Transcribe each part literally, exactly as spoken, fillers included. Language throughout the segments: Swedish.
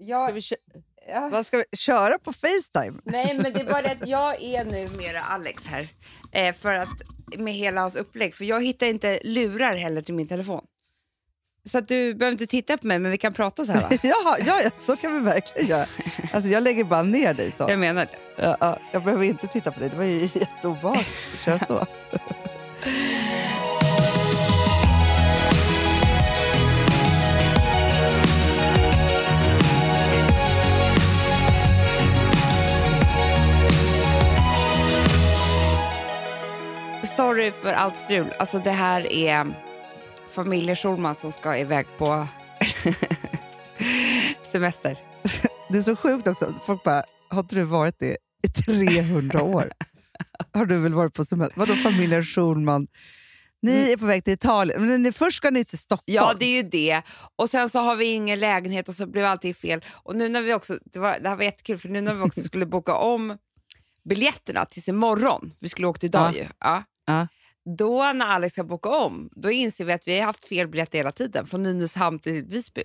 Jag, ska vi kö- ja. Vad ska vi köra på FaceTime? Nej, men det är bara det att jag är numera Alex här. Eh, för att med hela hans upplägg. För jag hittar inte lurar heller till min telefon. Så att du behöver inte titta på mig, men vi kan prata så här, va? ja, ja, så kan vi verkligen göra. Alltså jag lägger bara ner dig så. Jag menar det. Ja, ja, jag behöver inte titta på dig. Det var ju jätteobehagligt att köra så. Sorry för allt strul. Alltså det här är familjen Schulman som ska iväg på semester. Det är så sjukt också. Folk bara, har inte du varit det i trehundra år? Har du väl varit på semester? Vadå familjen Schulman? Ni är på väg till Italien. Men ni, först ska ni till Stockholm. Ja, det är ju det. Och sen så har vi ingen lägenhet och så blev allting fel. Och nu när vi också, det, var, det här var jättekul för nu när vi också skulle boka om biljetterna tills imorgon. Vi skulle åka till idag ja. ju. Ja. Ja. Då när Alex ska boka om, då inser vi att vi har haft fel biljett hela tiden. Från Nynäshamn till Visby.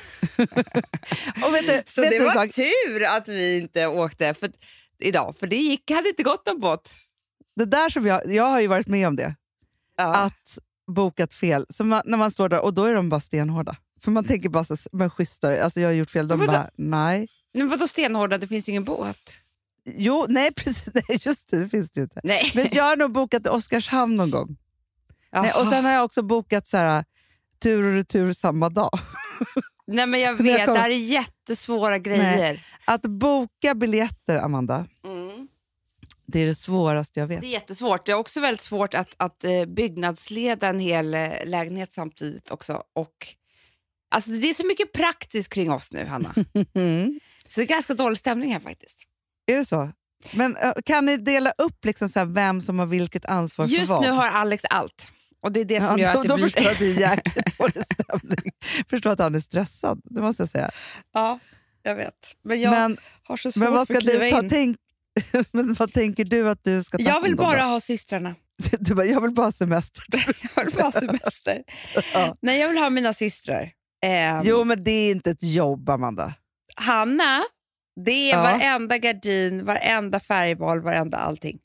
och vet du, så vet det du var sak? tur att vi inte åkte för, idag. För det gick, hade inte gått någon båt. Det där som jag, jag har ju varit med om det. Ja. Att bokat fel. Så man, när man står där, och då är de bara stenhårda. För man tänker bara så, men schysstare. Alltså jag har gjort fel. De men bara, nej. Men vadå stenhårda? Det finns ingen båt. Jo, nej precis. Nej, just det, det finns det ju inte. Nej. Men jag har nog bokat Oskarshamn någon gång. Nej, och sen har jag också bokat så här, tur och retur samma dag. Nej, men jag När jag vet, kom- det här är jättesvåra grejer. Nej. Att boka biljetter, Amanda, Mm. det är det svåraste jag vet. Det är jättesvårt. Det är också väldigt svårt att, att eh, byggnadsleda en hel eh, lägenhet samtidigt också. Och, alltså, det är så mycket praktiskt kring oss nu, Hanna. Mm. Så det är ganska dålig stämning här faktiskt. Är det så? Men äh, kan ni dela upp liksom så här, vem som har vilket ansvar Just för vad? nu har Alex allt. Och det är det som Ja, gör då, att det då blir... förstår jag att det är jäkligt dålig stämning. Förstår att han är stressad, det måste jag säga. Ja, jag vet. Men jag men, har så svårt men vad för ska att kliva du ta in. tänk, men vad tänker du att du ska ta Jag vill hand om bara då? ha systrarna. Du bara, jag vill bara ha semester. Jag vill bara ha semester. Ja. Nej, jag vill ha mina systrar. Ehm, Jo, men det är inte ett jobb, Amanda. Hanna, det är Ja. varenda gardin, varenda färgval, varenda allting.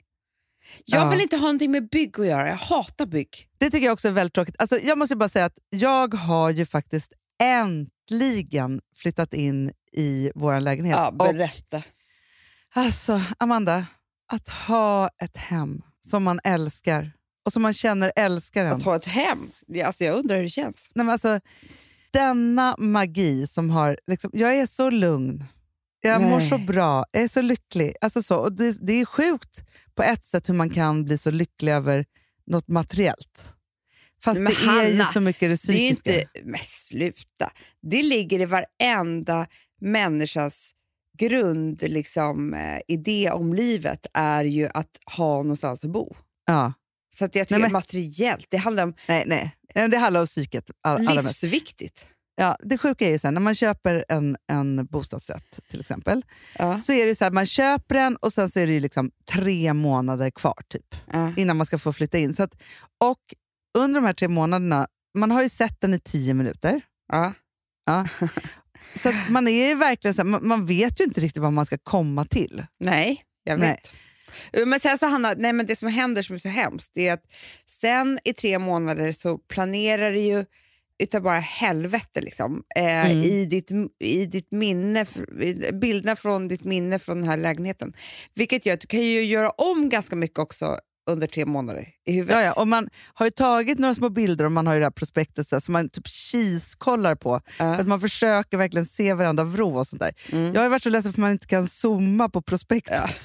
Jag Ja. vill inte ha någonting med bygg att göra. Jag hatar bygg. Det tycker jag också är väldigt tråkigt. Alltså, jag måste bara säga att jag har ju faktiskt äntligen flyttat in i vår lägenhet. Ja, Och, berätta. alltså, Amanda, att ha ett hem som man älskar och som man känner älskar en. Att ha ett hem. Det- Alltså, jag undrar hur det känns. Nej, men alltså, denna magi som har... Liksom, jag är så lugn. Jag Nej. mår så bra. Jag är så lycklig. Alltså så, och det, det är sjukt på ett sätt hur man kan bli så lycklig över något materiellt. Fast Men det är ju Hanna, så mycket det Det är psykiska. inte... Men sluta. Det ligger i varenda människas grund, liksom, eh, idé om livet är ju att ha någonstans att bo. Ja. Så att jag tycker Nej, men- materiellt, det handlar om Nej, nej. Nej, det handlar om psyket. All, alla mest. livsviktigt. Ja, det sjuka är ju sen när man köper en, en bostadsrätt till exempel. Ja. Så är det så här, man köper den och sen så är det ju liksom tre månader kvar typ. Ja. Innan man ska få flytta in. Så att, och under de här tre månaderna, man har ju sett den i tio minuter. Ja. Ja. Så att man är ju verkligen så här, man, man vet ju inte riktigt vad man ska komma till. Nej, jag Nej. vet. Men sen så Hanna, nej men det som händer som är så hemskt, det är att sen i tre månader så planerar det ju utav bara helvete liksom, eh, Mm. i, ditt, i ditt minne, bilderna från ditt minne från den här lägenheten. Vilket gör att du kan ju göra om ganska mycket också under tre månader i huvudet. Ja, ja. Och man har ju tagit några små bilder och man har ju det här prospektet så här, som man typ kiskollar på. Ja. För att man försöker verkligen se varandra vrå och sånt där. Mm. Jag har ju varit så ledsen för man inte kan zooma på prospektet.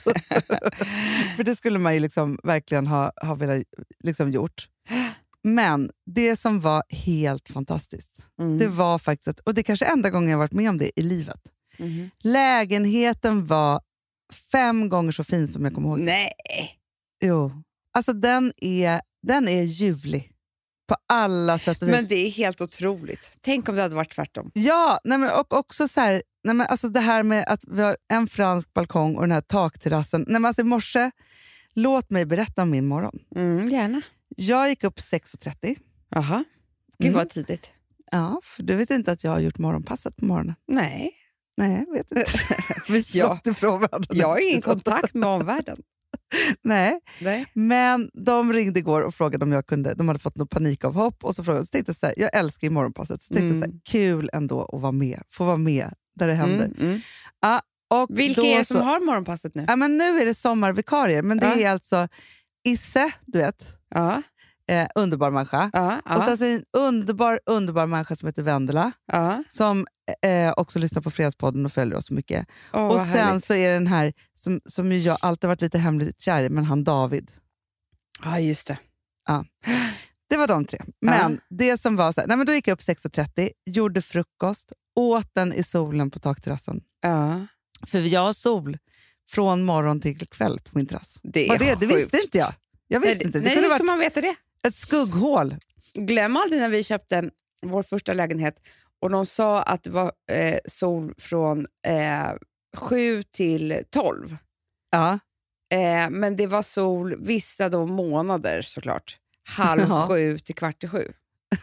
För det skulle man ju liksom verkligen ha, ha velat liksom gjort. Men det som var helt fantastiskt, Mm. det var faktiskt, att, och det är kanske enda gången jag varit med om det i livet. Mhm. Lägenheten var fem gånger så fin som jag kommer ihåg. Nej. Jo. Alltså den är, den är ljuvlig. På alla sätt och vis. Men det är helt otroligt. Tänk om det hade varit tvärtom. Ja, nej men, och också så här, nej men alltså det här med att vi har en fransk balkong och den här takterrassen. Nej men alltså i morse, låt mig berätta om min morgon. Mm, gärna. Jag gick upp sex och trettio. Aha. Gud Mm. vad tidigt. Ja, för du vet inte att jag har gjort morgonpasset på morgonen. Nej. Nej, jag vet inte. Vi Ja. ifrån varandra. Jag har ingen kontakt med omvärlden. Nej. Nej. Men de ringde igår och frågade om jag kunde. De hade fått något panikavhopp och så frågade så tänkte jag så här, jag älskar i morgonpasset. Så tänkte Mm. jag så här, kul ändå att vara med, få vara med där det händer. Mm, mm. Ja, och Vilka då är det som så, har morgonpasset nu? ja, men nu är det sommarvikarier, men det Ja. är alltså Isse, du vet, Ja, eh, underbar människa. ja, Och sen ja, så är det en underbar, underbar människa som heter Vendela, ja. som eh, också lyssnar på Fredagspodden och följer oss så mycket. Åh, och vad sen härligt. så är det den här som, som ju jag alltid varit lite hemligt kär i, men han David. Ja, just det. Det var de tre. Men det som var så här, nej men då gick jag upp sex och trettio, gjorde frukost, åt den i solen på takterrassen. Ja, För jag har sol från morgon till kväll på min terrass. det Var är det, det sjukt. visste inte jag. Jag Nej, visste inte. Det nej, kunde hur ska varit man veta det? ett skugghål. Glöm aldrig när vi köpte vår första lägenhet och de sa att det var eh, sol från eh, sju till tolv. Ja. Eh, men det var sol vissa då månader såklart. Halv Ja. sju till kvart i sju.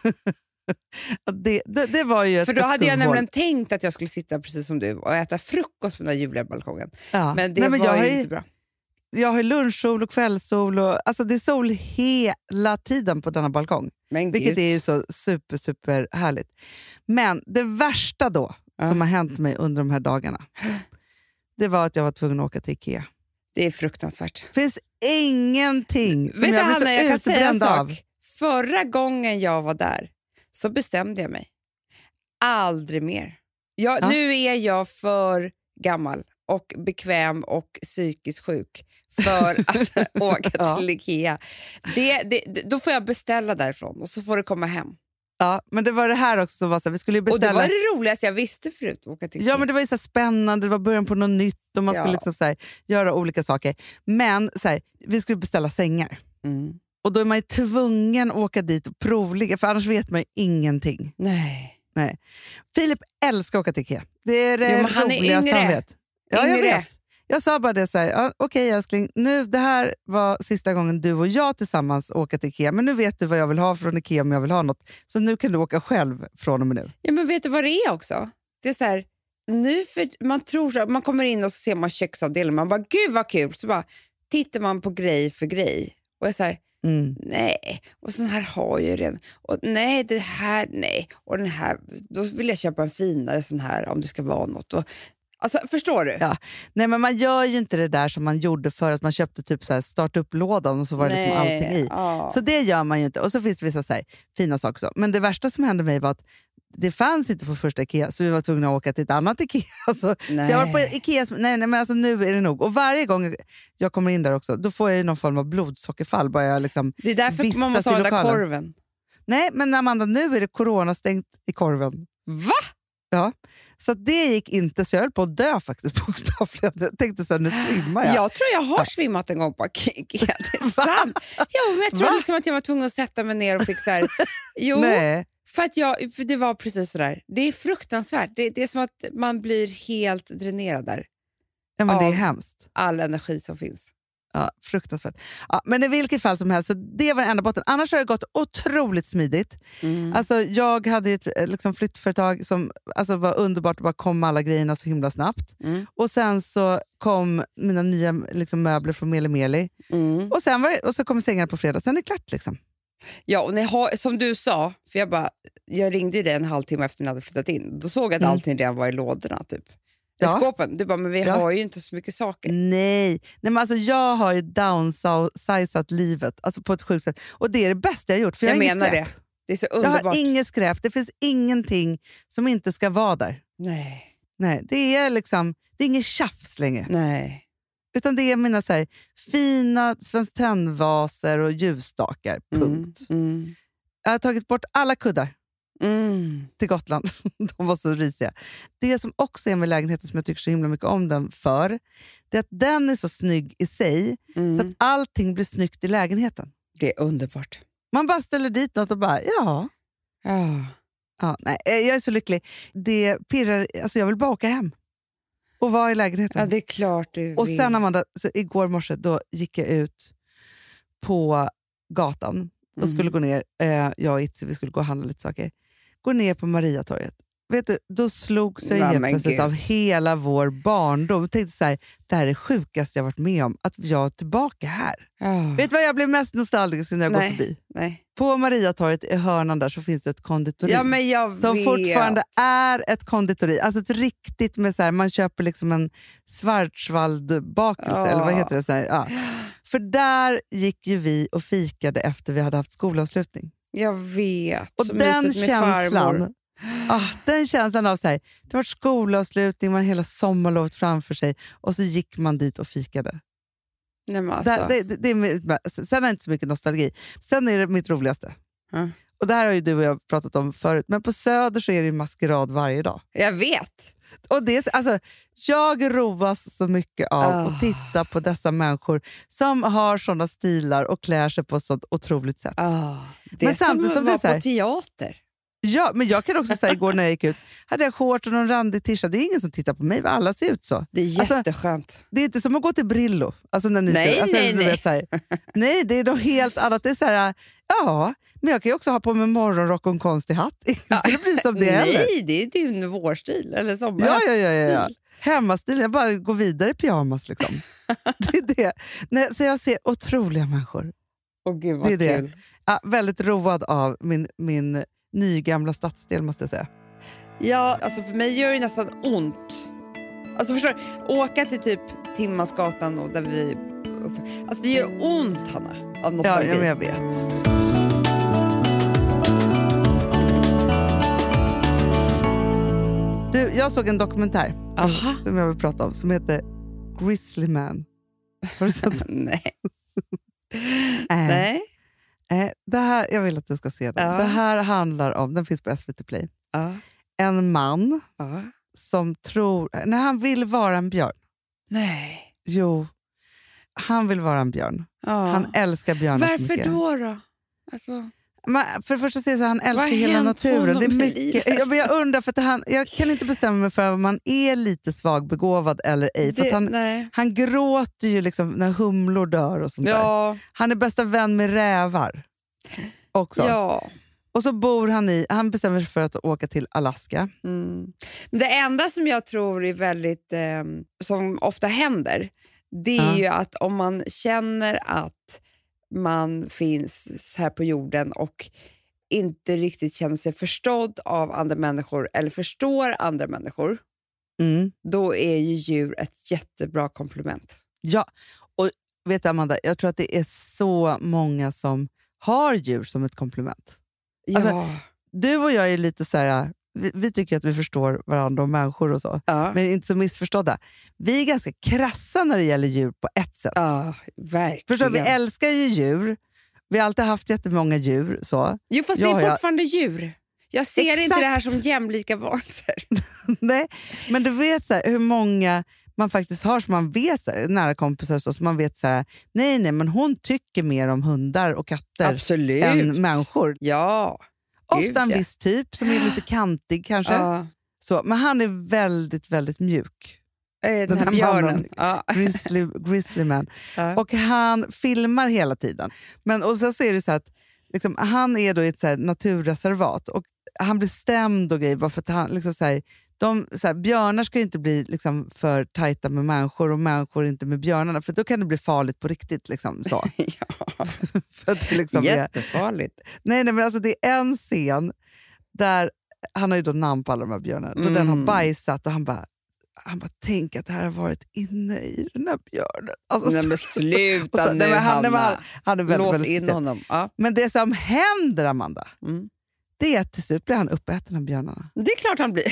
Det, det, det var ju ett, För då ett hade jag skugghål. nämligen tänkt att jag skulle sitta precis som du och äta frukost på den där ljuvliga balkongen. Ja. Men det Nej, men var jag ju har inte bra. Jag har lunchsol och kvällssol. Och, alltså det är sol hela tiden på denna balkong. Men Vilket gud. är så super, super härligt. Men det värsta då Ja. som har hänt mig under de här dagarna, det var att jag var tvungen att åka till Ikea. Det är fruktansvärt. Det finns ingenting som Vet du, jag blir Hanna, jag så kan säga en utbränd sak. av. Förra gången jag var där så bestämde jag mig. Aldrig mer. Jag, Ja. Nu är jag för gammal och bekväm och psykiskt sjuk för att åka Ja. till Ikea. Det, det, då får jag beställa därifrån och så får det komma hem. Ja, men det var det här också som var så här, vi skulle ju Och det beställa. var det roligaste jag visste förut, att åka till Ikea. Ja, men det var ju så här spännande, det var början på något nytt och man Ja. skulle liksom så här, göra olika saker. Men så här, vi skulle beställa sängar. Mm. Och då är man ju tvungen att åka dit och provligga, för annars vet man ju ingenting. Nej. Nej. Filip älskar att åka till Ikea. Det är det Jo, men han är roligaste yngre. han vet. Ja, jag Yngre. vet. Jag sa bara det så här, ja, okej älskling, nu, det här var sista gången du och jag tillsammans åker till Ikea, men nu vet du vad jag vill ha från Ikea om jag vill ha något. Så nu kan du åka själv från och med nu. Ja, men vet du vad det är också? Det är så här, nu för, man tror så här, man kommer in och så ser man köksavdelningen, man bara gud vad kul, så bara tittar man på grej för grej och är så här, Mm. nej, och sån här har jag ju redan, och nej det här, nej, och den här, då vill jag köpa en finare sån här om det ska vara något. Och, alltså förstår du? Ja. Nej, men man gör ju inte det där som man gjorde för att man köpte typ så här starta upp lådan och så var det liksom Nej, allting i. ja. Så det gör man ju inte. Och så finns det vissa så här fina saker så. Men det värsta som hände mig var att det fanns inte på första Ikea, så vi var tvungna att åka till ett annat Ikea. Så, så jag var på Ikea, nej, nej men alltså nu är det nog. Och varje gång jag kommer in där också, då får jag ju någon form av blodsockerfall. Bara jag liksom Det är därför vistas man måste i ha den där lokalen. korven. Nej, men Amanda, nu är det coronastängt i korven. Va? Ja, så att det gick inte, så jag höll på att dö faktiskt bokstavligen. Jag tänkte så här, nu svimmar jag. Jag tror jag har svimmat en gång på Ikea. Det är sant. Ja, men jag tror Va? liksom att jag var tvungen att sätta mig ner och fixa här. Jo, Nej. för att jag, för det var precis sådär. Det är fruktansvärt. Det, det är som att man blir helt dränerad där. Ja, men det är Av- hemskt. All energi som finns. Ja, fruktansvärt. Ja, men i vilket fall som helst, så det var den enda botten. Annars har det gått otroligt smidigt. Mm. Alltså, jag hade ett eh, liksom, flyttföretag som alltså, var underbart, och bara kom med alla grejerna så himla snabbt. Mm. Och sen så kom mina nya liksom, möbler från Meli Meli. Mm. Och, sen var det, och så kom sängarna på fredag, sen är det klart liksom. Ja, och ni har, som du sa, för jag, bara, jag ringde dig en halvtimme efter att ni hade flyttat in. Då såg jag att Mm. allting redan var i lådorna. Typ. Ja. I skåpen. Du bara, men vi Ja. har ju inte så mycket saker. Nej, Nej men alltså, jag har ju downsizat livet alltså, på ett sjukt sätt. Och det är det bästa jag har gjort, för jag, Jag har inget menar skräp. det. Det är så Jag underbart. har inget skräp, det finns ingenting som inte ska vara där. Nej, Nej, det är liksom, det är inget tjafs längre. nej. Utan det är mina så här, fina Svenskt Tenn-vaser och ljusstakar. Punkt. Mm. Mm. Jag har tagit bort alla kuddar Mm. till Gotland. De var så risiga. Det som också är med lägenheten som jag tycker så himla mycket om den för, det är att den är så snygg i sig Mm. så att allting blir snyggt i lägenheten. Det är underbart. Man bara ställer dit något och bara, ja. Ja. ja nej, jag är så lycklig. Det pirrar, alltså jag vill bara åka hem och vara i lägenheten. Ja, det är klart du Och vill. sen Amanda, så igår morse då gick jag ut på gatan och Mm. skulle gå ner, eh, jag och Itzy, vi skulle gå och handla lite saker. Gå ner på Mariatorget. vet du, då slogs jag Nej, helt men plötsligt gud. av hela vår barndom. Jag tänkte så här, det här är det sjukaste jag varit med om, att jag är tillbaka här. Oh. Vet du vad jag blev mest nostalgisk när jag Nej. går förbi? Nej. På Mariatorget i hörnan där så finns det ett konditori. Ja, men jag som vet. fortfarande är ett konditori. Alltså ett riktigt med så här, man köper liksom en Schwarzwald-bakelse, Ja. eller vad heter det? Så här, ja. För där gick ju vi och fikade efter vi hade haft skolavslutning. Jag vet. Och Så den mysigt med farmor. känslan, ah, den känslan av så här, det var skolavslutning, man hade hela sommarlovet framför sig och så gick man dit och fikade. Nej, men alltså. Det, det, det är, sen är det inte så mycket nostalgi. Sen är det mitt roligaste. Mm. Och det här har ju du och jag pratat om förut, men på Söder så är det ju maskerad varje dag. Jag vet. Och det är, alltså, jag roas så mycket av Oh. att titta på dessa människor som har sådana stilar och klär sig på ett sånt otroligt sätt. Oh, det Men är samtidigt som som att det är så vara här- på teater. Ja, men jag kan också säga igår när jag gick ut, hade jag shorts och någon randig tisha, det är ingen som tittar på mig, alla ser ut så. Det är Alltså, jätteskönt. det är inte som att gå till Brillo. Alltså när ni Nej, ser, alltså, nej, du nej. Vet, så här, nej, det är något helt annat. Det är så här, ja, men jag kan ju också ha på mig morgonrock och en konstig hatt. Ingen skulle bli som det heller. Nej, det är din vårstil eller sommar. Ja, ja, ja, ja, ja. Hemmastil, jag bara går vidare i pyjamas liksom. Det är det. Nej, så jag ser otroliga människor. Åh gud vad Det är det. kul. Ja, väldigt road av min, min nygamla stadsdel måste jag säga. Ja, alltså för mig gör det nästan ont. Alltså förstår du, åka till typ Timmansgatan och där vi... Alltså det gör ont, Hanna, av Ja, nostalgi. ja, men jag vet. Du, jag såg en dokumentär Aha. som jag vill prata om som heter Grizzly Man. Har du sett den? Nej. Äh. Nej. Äh, det här, jag vill att du ska se den. Ja. Det här handlar om, den finns på S V T Play, Ja. en man Ja. som tror, när han vill vara en björn. Nej. Jo, han vill vara en björn. Ja. Han älskar björnar så Varför mycket. då då? Alltså, Men för det första säger så han älskar Vad har hela hänt naturen. honom Det är i mycket, livet? jag, men jag undrar, för att han, jag kan inte bestämma mig för om man är lite svagbegåvad eller ej. För det, att han, nej. han gråter ju liksom när humlor dör och sånt där. Ja. Han är bästa vän med rävar också. Ja. Och så bor han i, han bestämmer sig för att åka till Alaska. Mm. Men det enda som jag tror är väldigt, eh, som ofta händer, det är Ja. ju att om man känner att man finns här på jorden och inte riktigt känner sig förstådd av andra människor eller förstår andra människor, Mm. då är ju djur ett jättebra komplement. Ja, och vet du Amanda, jag tror att det är så många som har djur som ett komplement. Ja. Alltså, Du och jag är lite så här, vi, vi tycker att vi förstår varandra och människor och så, ja. men inte så missförstådda. Vi är ganska krassa när det gäller djur på ett sätt. Ja, verkligen. Förstår, vi älskar ju djur, vi har alltid haft jättemånga djur. Så. Jo, fast Ja, det är ja. fortfarande djur. Jag ser Exakt. inte det här som jämlika varelser. Nej, men du vet så här, hur många man faktiskt har som man vet, så här, nära kompisar så, som man vet så här, nej nej men hon tycker mer om hundar och katter Absolut. än människor. Ja. Gud, Ofta en ja. viss typ som är lite kantig kanske. Ja. Så, men han är väldigt, väldigt mjuk. Eh, Den, Den här här björnen. mannen. Ja. Grizzly, grizzly man. Ja. Och han filmar hela tiden. Men, och sen så är det så att liksom, han är då i ett så här naturreservat och han blir stämd och grejer bara för att han liksom så här, de, så här, björnar ska ju inte bli liksom för tajta med människor och människor inte med björnarna, för då kan det bli farligt på riktigt. Liksom, så. Ja. För att det liksom är, Jättefarligt. nej, nej, men alltså, det är en scen där han har ju då namn på alla de här björnarna. Då Mm. den har bajsat och han bara, han bara tänk att det här har varit inne i den här björnen. Alltså, Nej, så- men sluta och så- nu, nej, men han, nej, men Hanna. han, han är väldigt, Lås väldigt in speciell. honom. Ja. Men det som händer, Amanda, Mm. det är att till slut blir han uppäten av björnarna. Det är klart han blir.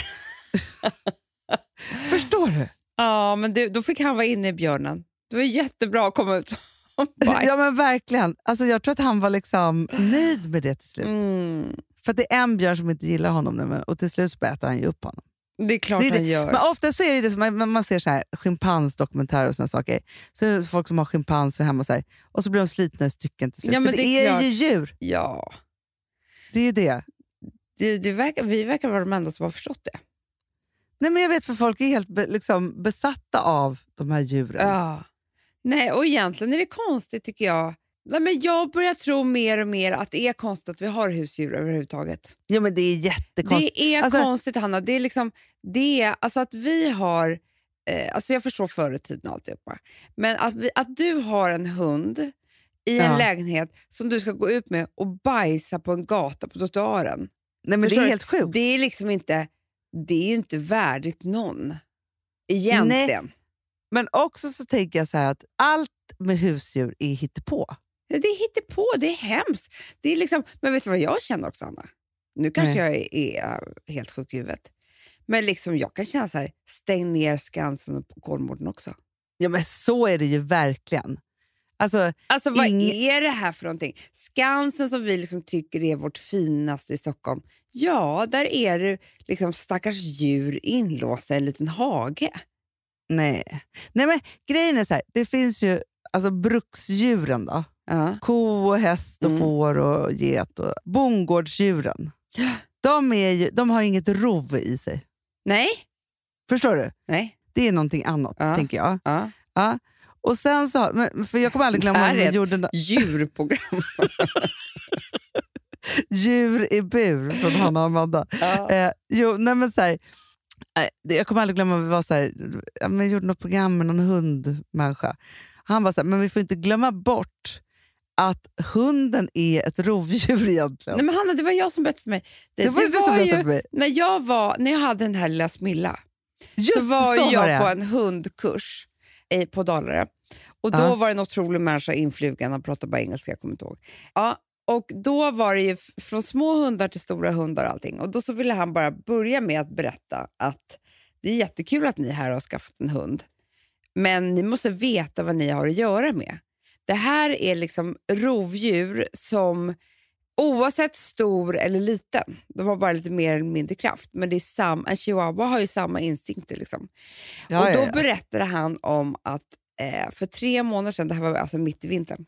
Förstår du? Ja, men det, då fick han vara inne i björnen. Det var jättebra att komma ut som bajs. Ja men verkligen. Alltså, jag tror att han var liksom nöjd med det till slut. Mm. För att det är en björn som inte gillar honom nu, men, och till slut så äter han ju upp honom. Det är klart Det är det. han gör. Men ofta så är det, det som man, man ser så här schimpansdokumentärer och såna saker. Så är det folk som har schimpanser hemma och, så här, och så blir de slitna i stycken till slut. Ja, För men det, det är är, klart. ju djur. Ja. Det är ju det. Det, det verkar, vi verkar vara de enda som har förstått det. Nej, men jag vet, för folk är helt be, liksom, besatta av de här djuren. Ja. Nej, och egentligen är det konstigt tycker jag Nej, men jag börjar tro mer och mer att det är konstigt att vi har husdjur överhuvudtaget. Ja, men det är jättekonstigt. Det är alltså, konstigt, Hanna. Det är liksom, det är, alltså att vi har, eh, alltså jag förstår förr i tiden och alltihopa, men att, vi, att du har en hund i en Ja. lägenhet som du ska gå ut med och bajsa på en gata på trottoaren. Nej, men det är helt sjukt. Det är liksom inte, det är ju inte värdigt någon. Egentligen. Nej. Men också så tänker jag så här att allt med husdjur är hittepå. Det är hittepå, det är hemskt. Det är liksom, men vet du vad jag känner också, Anna? Nu kanske Nej. jag är, är helt sjuk i huvudet. Men liksom jag kan känna så här, stäng ner Skansen på Kolmården också. Ja, men så är det ju verkligen. Alltså, Alltså vad ing... är det här för någonting? Skansen som vi liksom tycker är vårt finaste i Stockholm. Ja, där är det liksom stackars djur inlåsta i en liten hage. Nej. Nej, men grejen är så här, det finns ju alltså bruksdjuren då. Ja. Ko och häst och Mm. får och get och bondgårdsdjuren. De, är ju, de har inget rov i sig. Nej. Förstår du? Nej. Det är någonting annat, Ja. tänker jag. Ja. Ja. Och sen så, men- för jag kommer aldrig glömma Det här om är vi ett gjorde no- djurprogram. Djur i bur från Hanna och Amanda. Ja. Eh, jo, nej men så här, eh, det- jag kommer aldrig glömma att vi var så här, ja, men vi gjorde något program med någon hundmänniska. Han var så här, men vi får inte glömma bort att hunden är ett rovdjur egentligen. Nej, men Hanna, det var jag som berättade för mig. Det, det var det, du som berättade för mig. När jag, var, när jag hade den här lilla Smilla Just så var så jag var det. på en hundkurs i, på Dalarö. Och då Ja. var det en otrolig människa influgen, han pratade bara engelska, jag kommer inte ihåg. Ja, och då var det ju f- från små hundar till stora hundar och allting. Och då så ville han bara börja med att berätta att det är jättekul att ni här har skaffat en hund. Men ni måste veta vad ni har att göra med. Det här är liksom rovdjur som oavsett stor eller liten, de har bara lite mer eller mindre kraft. Men det är sam, en chihuahua har ju samma instinkter. Liksom. Ja, och då ja, ja. berättade han om att eh, för tre månader sedan, det här var alltså mitt i vintern,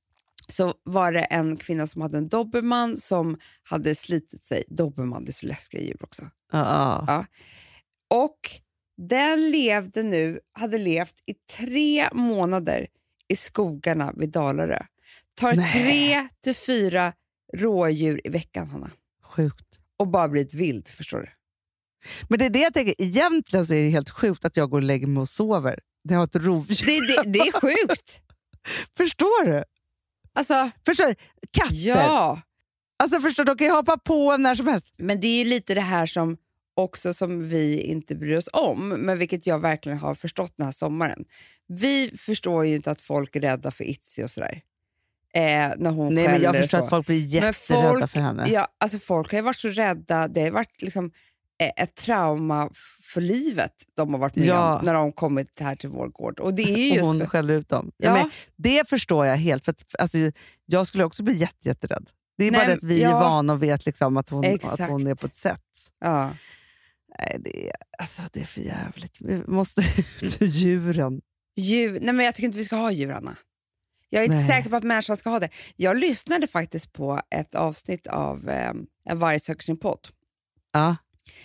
så var det en kvinna som hade en dobermann som hade slitit sig. Dobermann, det är så läskiga djur också. Ja, ja. Ja. Och den levde nu, hade levt i tre månader i skogarna vid Dalarö. Tar Nej. tre till fyra rådjur i veckan, Hanna. Sjukt. Och bara blivit vild, förstår du? Men det är det jag tänker, egentligen så är det helt sjukt att jag går och lägger mig och sover. Det har ett rovdjur. Det, det, det är sjukt. Förstår du? Alltså, Förstår du? Katter. ja. Alltså förstår du, de kan ju hoppa på en när som helst. Men det är ju lite det här som också som vi inte bryr oss om, men vilket jag verkligen har förstått den här sommaren. Vi förstår ju inte att folk är rädda för Itzy och sådär. Eh, när hon Nej, men jag skäller förstår så. att folk blir Men jätterädda folk- för henne. Ja, alltså folk har ju varit så rädda. Det har varit liksom eh, ett trauma f- för livet de har varit med Ja. om när de kommit här till vår gård. Och det är ju Och just hon för, skäller ut dem. Ja. Men det förstår jag helt. För att, alltså, jag skulle också bli jätte, jätterädd. Det är Nej, bara det att vi ja. är vana och vet liksom att, hon, Exakt. att hon är på ett sätt. ja. Nej, det är, alltså, det är för jävligt. Vi måste ut till djuren. djur. Nej, men jag tycker inte vi ska ha djur, Anna. Jag är inte Nej. säker på att människan ska ha det. Jag lyssnade faktiskt på ett avsnitt av eh, En varg söker sin podd. Ja.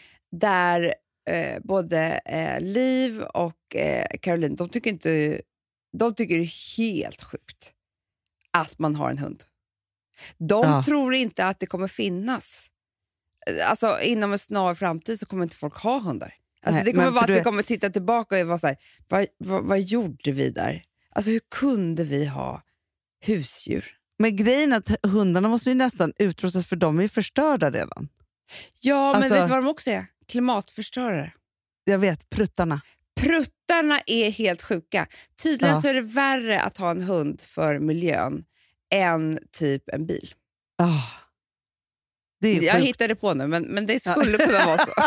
Där eh, både eh, Liv och eh, Caroline, de tycker inte, de tycker det är helt sjukt att man har en hund. De Ja. tror inte att det kommer finnas. Alltså inom en snar framtid så kommer inte folk ha hundar. Alltså, Nej, det kommer men vara för att vi du- kommer titta tillbaka och vara så här, vad, vad, vad gjorde vi där? Alltså hur kunde vi ha husdjur? Men grejen är att hundarna måste ju nästan utrustas för de är ju förstörda redan. Ja, men Alltså- vet du vad de också är? Klimatförstörare. Jag vet, pruttarna. Pruttarna är helt sjuka. Tydligen Ja. så är det värre att ha en hund för miljön än typ en bil. Ah. Det är Jag sjukt. hittade på nu, men, men det skulle kunna vara så.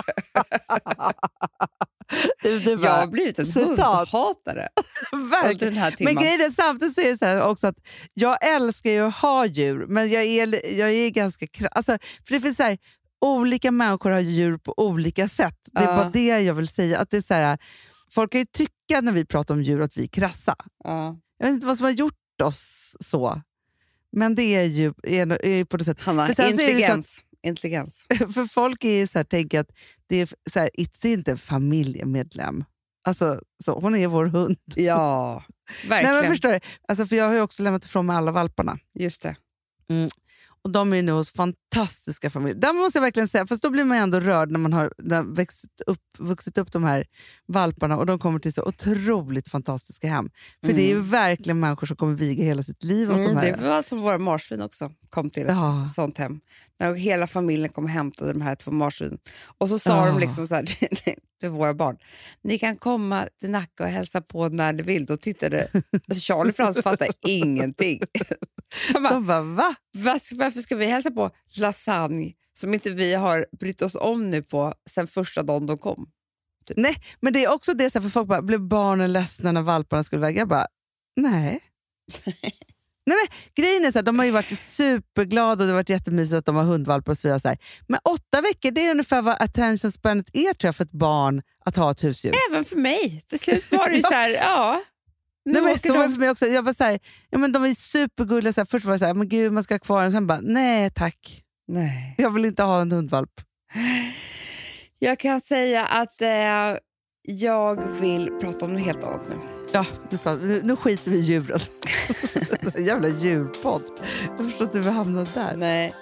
det, det var, Jag har blivit en citat. hundhatare under Verkligen. den här timman. Men grejen är, samtidigt så är det så här också att jag älskar ju att ha djur, men jag är, jag är ganska... kra- Alltså, för det finns så här, olika människor har djur på olika sätt. Det är Ja. bara det jag vill säga. Att det är så här, folk kan ju tycka när vi pratar om djur att vi är krassa. Ja. Jag vet inte vad som har gjort oss så. Men det är ju, är, är på det sättet. Hanna, För sen så är det så att- intelligens. intelligens. För folk är ju så här, tänker att det är så här, Itzy är inte en familjemedlem. Alltså, så, hon är vår hund. Ja, verkligen. Nej, men förstår du? Alltså, för jag har ju också lämnat ifrån mig alla valparna. Just det. Mm. Och de är nu hos fantastiska familjer. Där måste jag verkligen säga, fast då blir man ändå rörd när man har när vuxit, upp, vuxit upp de här valparna och de kommer till så otroligt fantastiska hem. För mm. det är ju verkligen människor som kommer viga hela sitt liv åt mm, de här. Det var som våra marsvin också kom till ett ja. sånt hem. När hela familjen kom och hämtade de här två marsvin. Och så sa ja. de liksom så här till våra barn, ni kan komma till Nacka och hälsa på när ni vill. Då tittade alltså Charlie Frans fattade ingenting. Bara, de bara, va? Varför ska vi hälsa på lasagne som inte vi har brytt oss om nu på sen första dagen de kom? Typ. Nej, men det är också det så för folk bara, blev barnen ledsna när valparna skulle väga? Jag bara, nej. Nej men grejen är så här, de har ju varit superglada och det har varit jättemysigt att de har hundvalpar och så vidare. Så här. Men åtta veckor, det är ungefär vad attention spanet är tror jag för ett barn att ha ett husdjur. Även för mig. Till slut var det ju så här, ja. Nej, men så var det för mig också. Jag var så här, ja, men de var ju supergulliga. Så här, först var det så här, men gud man ska ha kvar den. Sen bara, nej tack. Nej. Jag vill inte ha en hundvalp. Jag kan säga att eh, jag vill prata om något helt annat nu. Ja, nu, pratar, nu, nu skiter vi i djuren. Jävla djurpodd. Jag förstår inte hur vi hamnade där. Nej.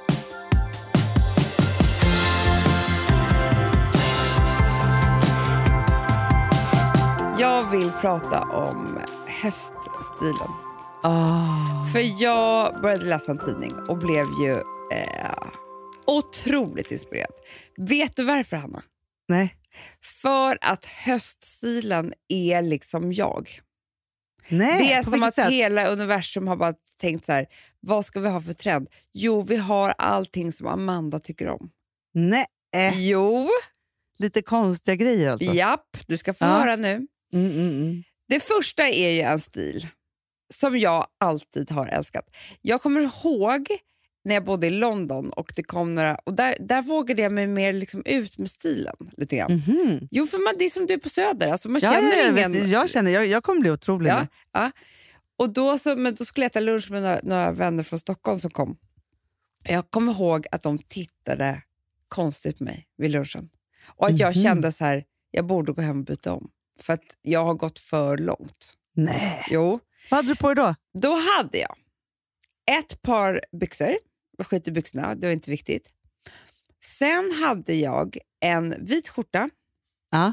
Jag vill prata om höststilen. Oh. För jag började läsa en tidning och blev ju eh, otroligt inspirerad. Vet du varför, Hanna? Nej. För att höststilen är liksom jag. Nej, det är som att sätt? hela universum har bara tänkt så här, vad ska vi ha för trend? Jo, vi har allting som Amanda tycker om. Nej. Jo. Lite konstiga grejer alltså. Japp, du ska få ja. höra nu. Mm, mm, mm. Det första är ju en stil som jag alltid har älskat. Jag kommer ihåg när jag bodde i London och det kom några, och där, där vågade jag mig mer liksom ut med stilen lite grann. Mm-hmm. Jo, för man, det är som du är på Söder. Alltså man ja, känner ja, ingen... jag, jag känner, jag, jag kommer bli otrolig. Ja, ja. Och då, så, men då skulle jag äta lunch med några, några vänner från Stockholm som kom. Jag kommer ihåg att de tittade konstigt på mig vid lunchen. Och att jag mm-hmm. kände så här, jag borde gå hem och byta om. För att jag har gått för långt. Nej. Jo. Vad hade du på dig då? Då hade jag ett par byxor. Jag skit i byxorna, det var inte viktigt. Sen hade jag en vit skjorta. Ja.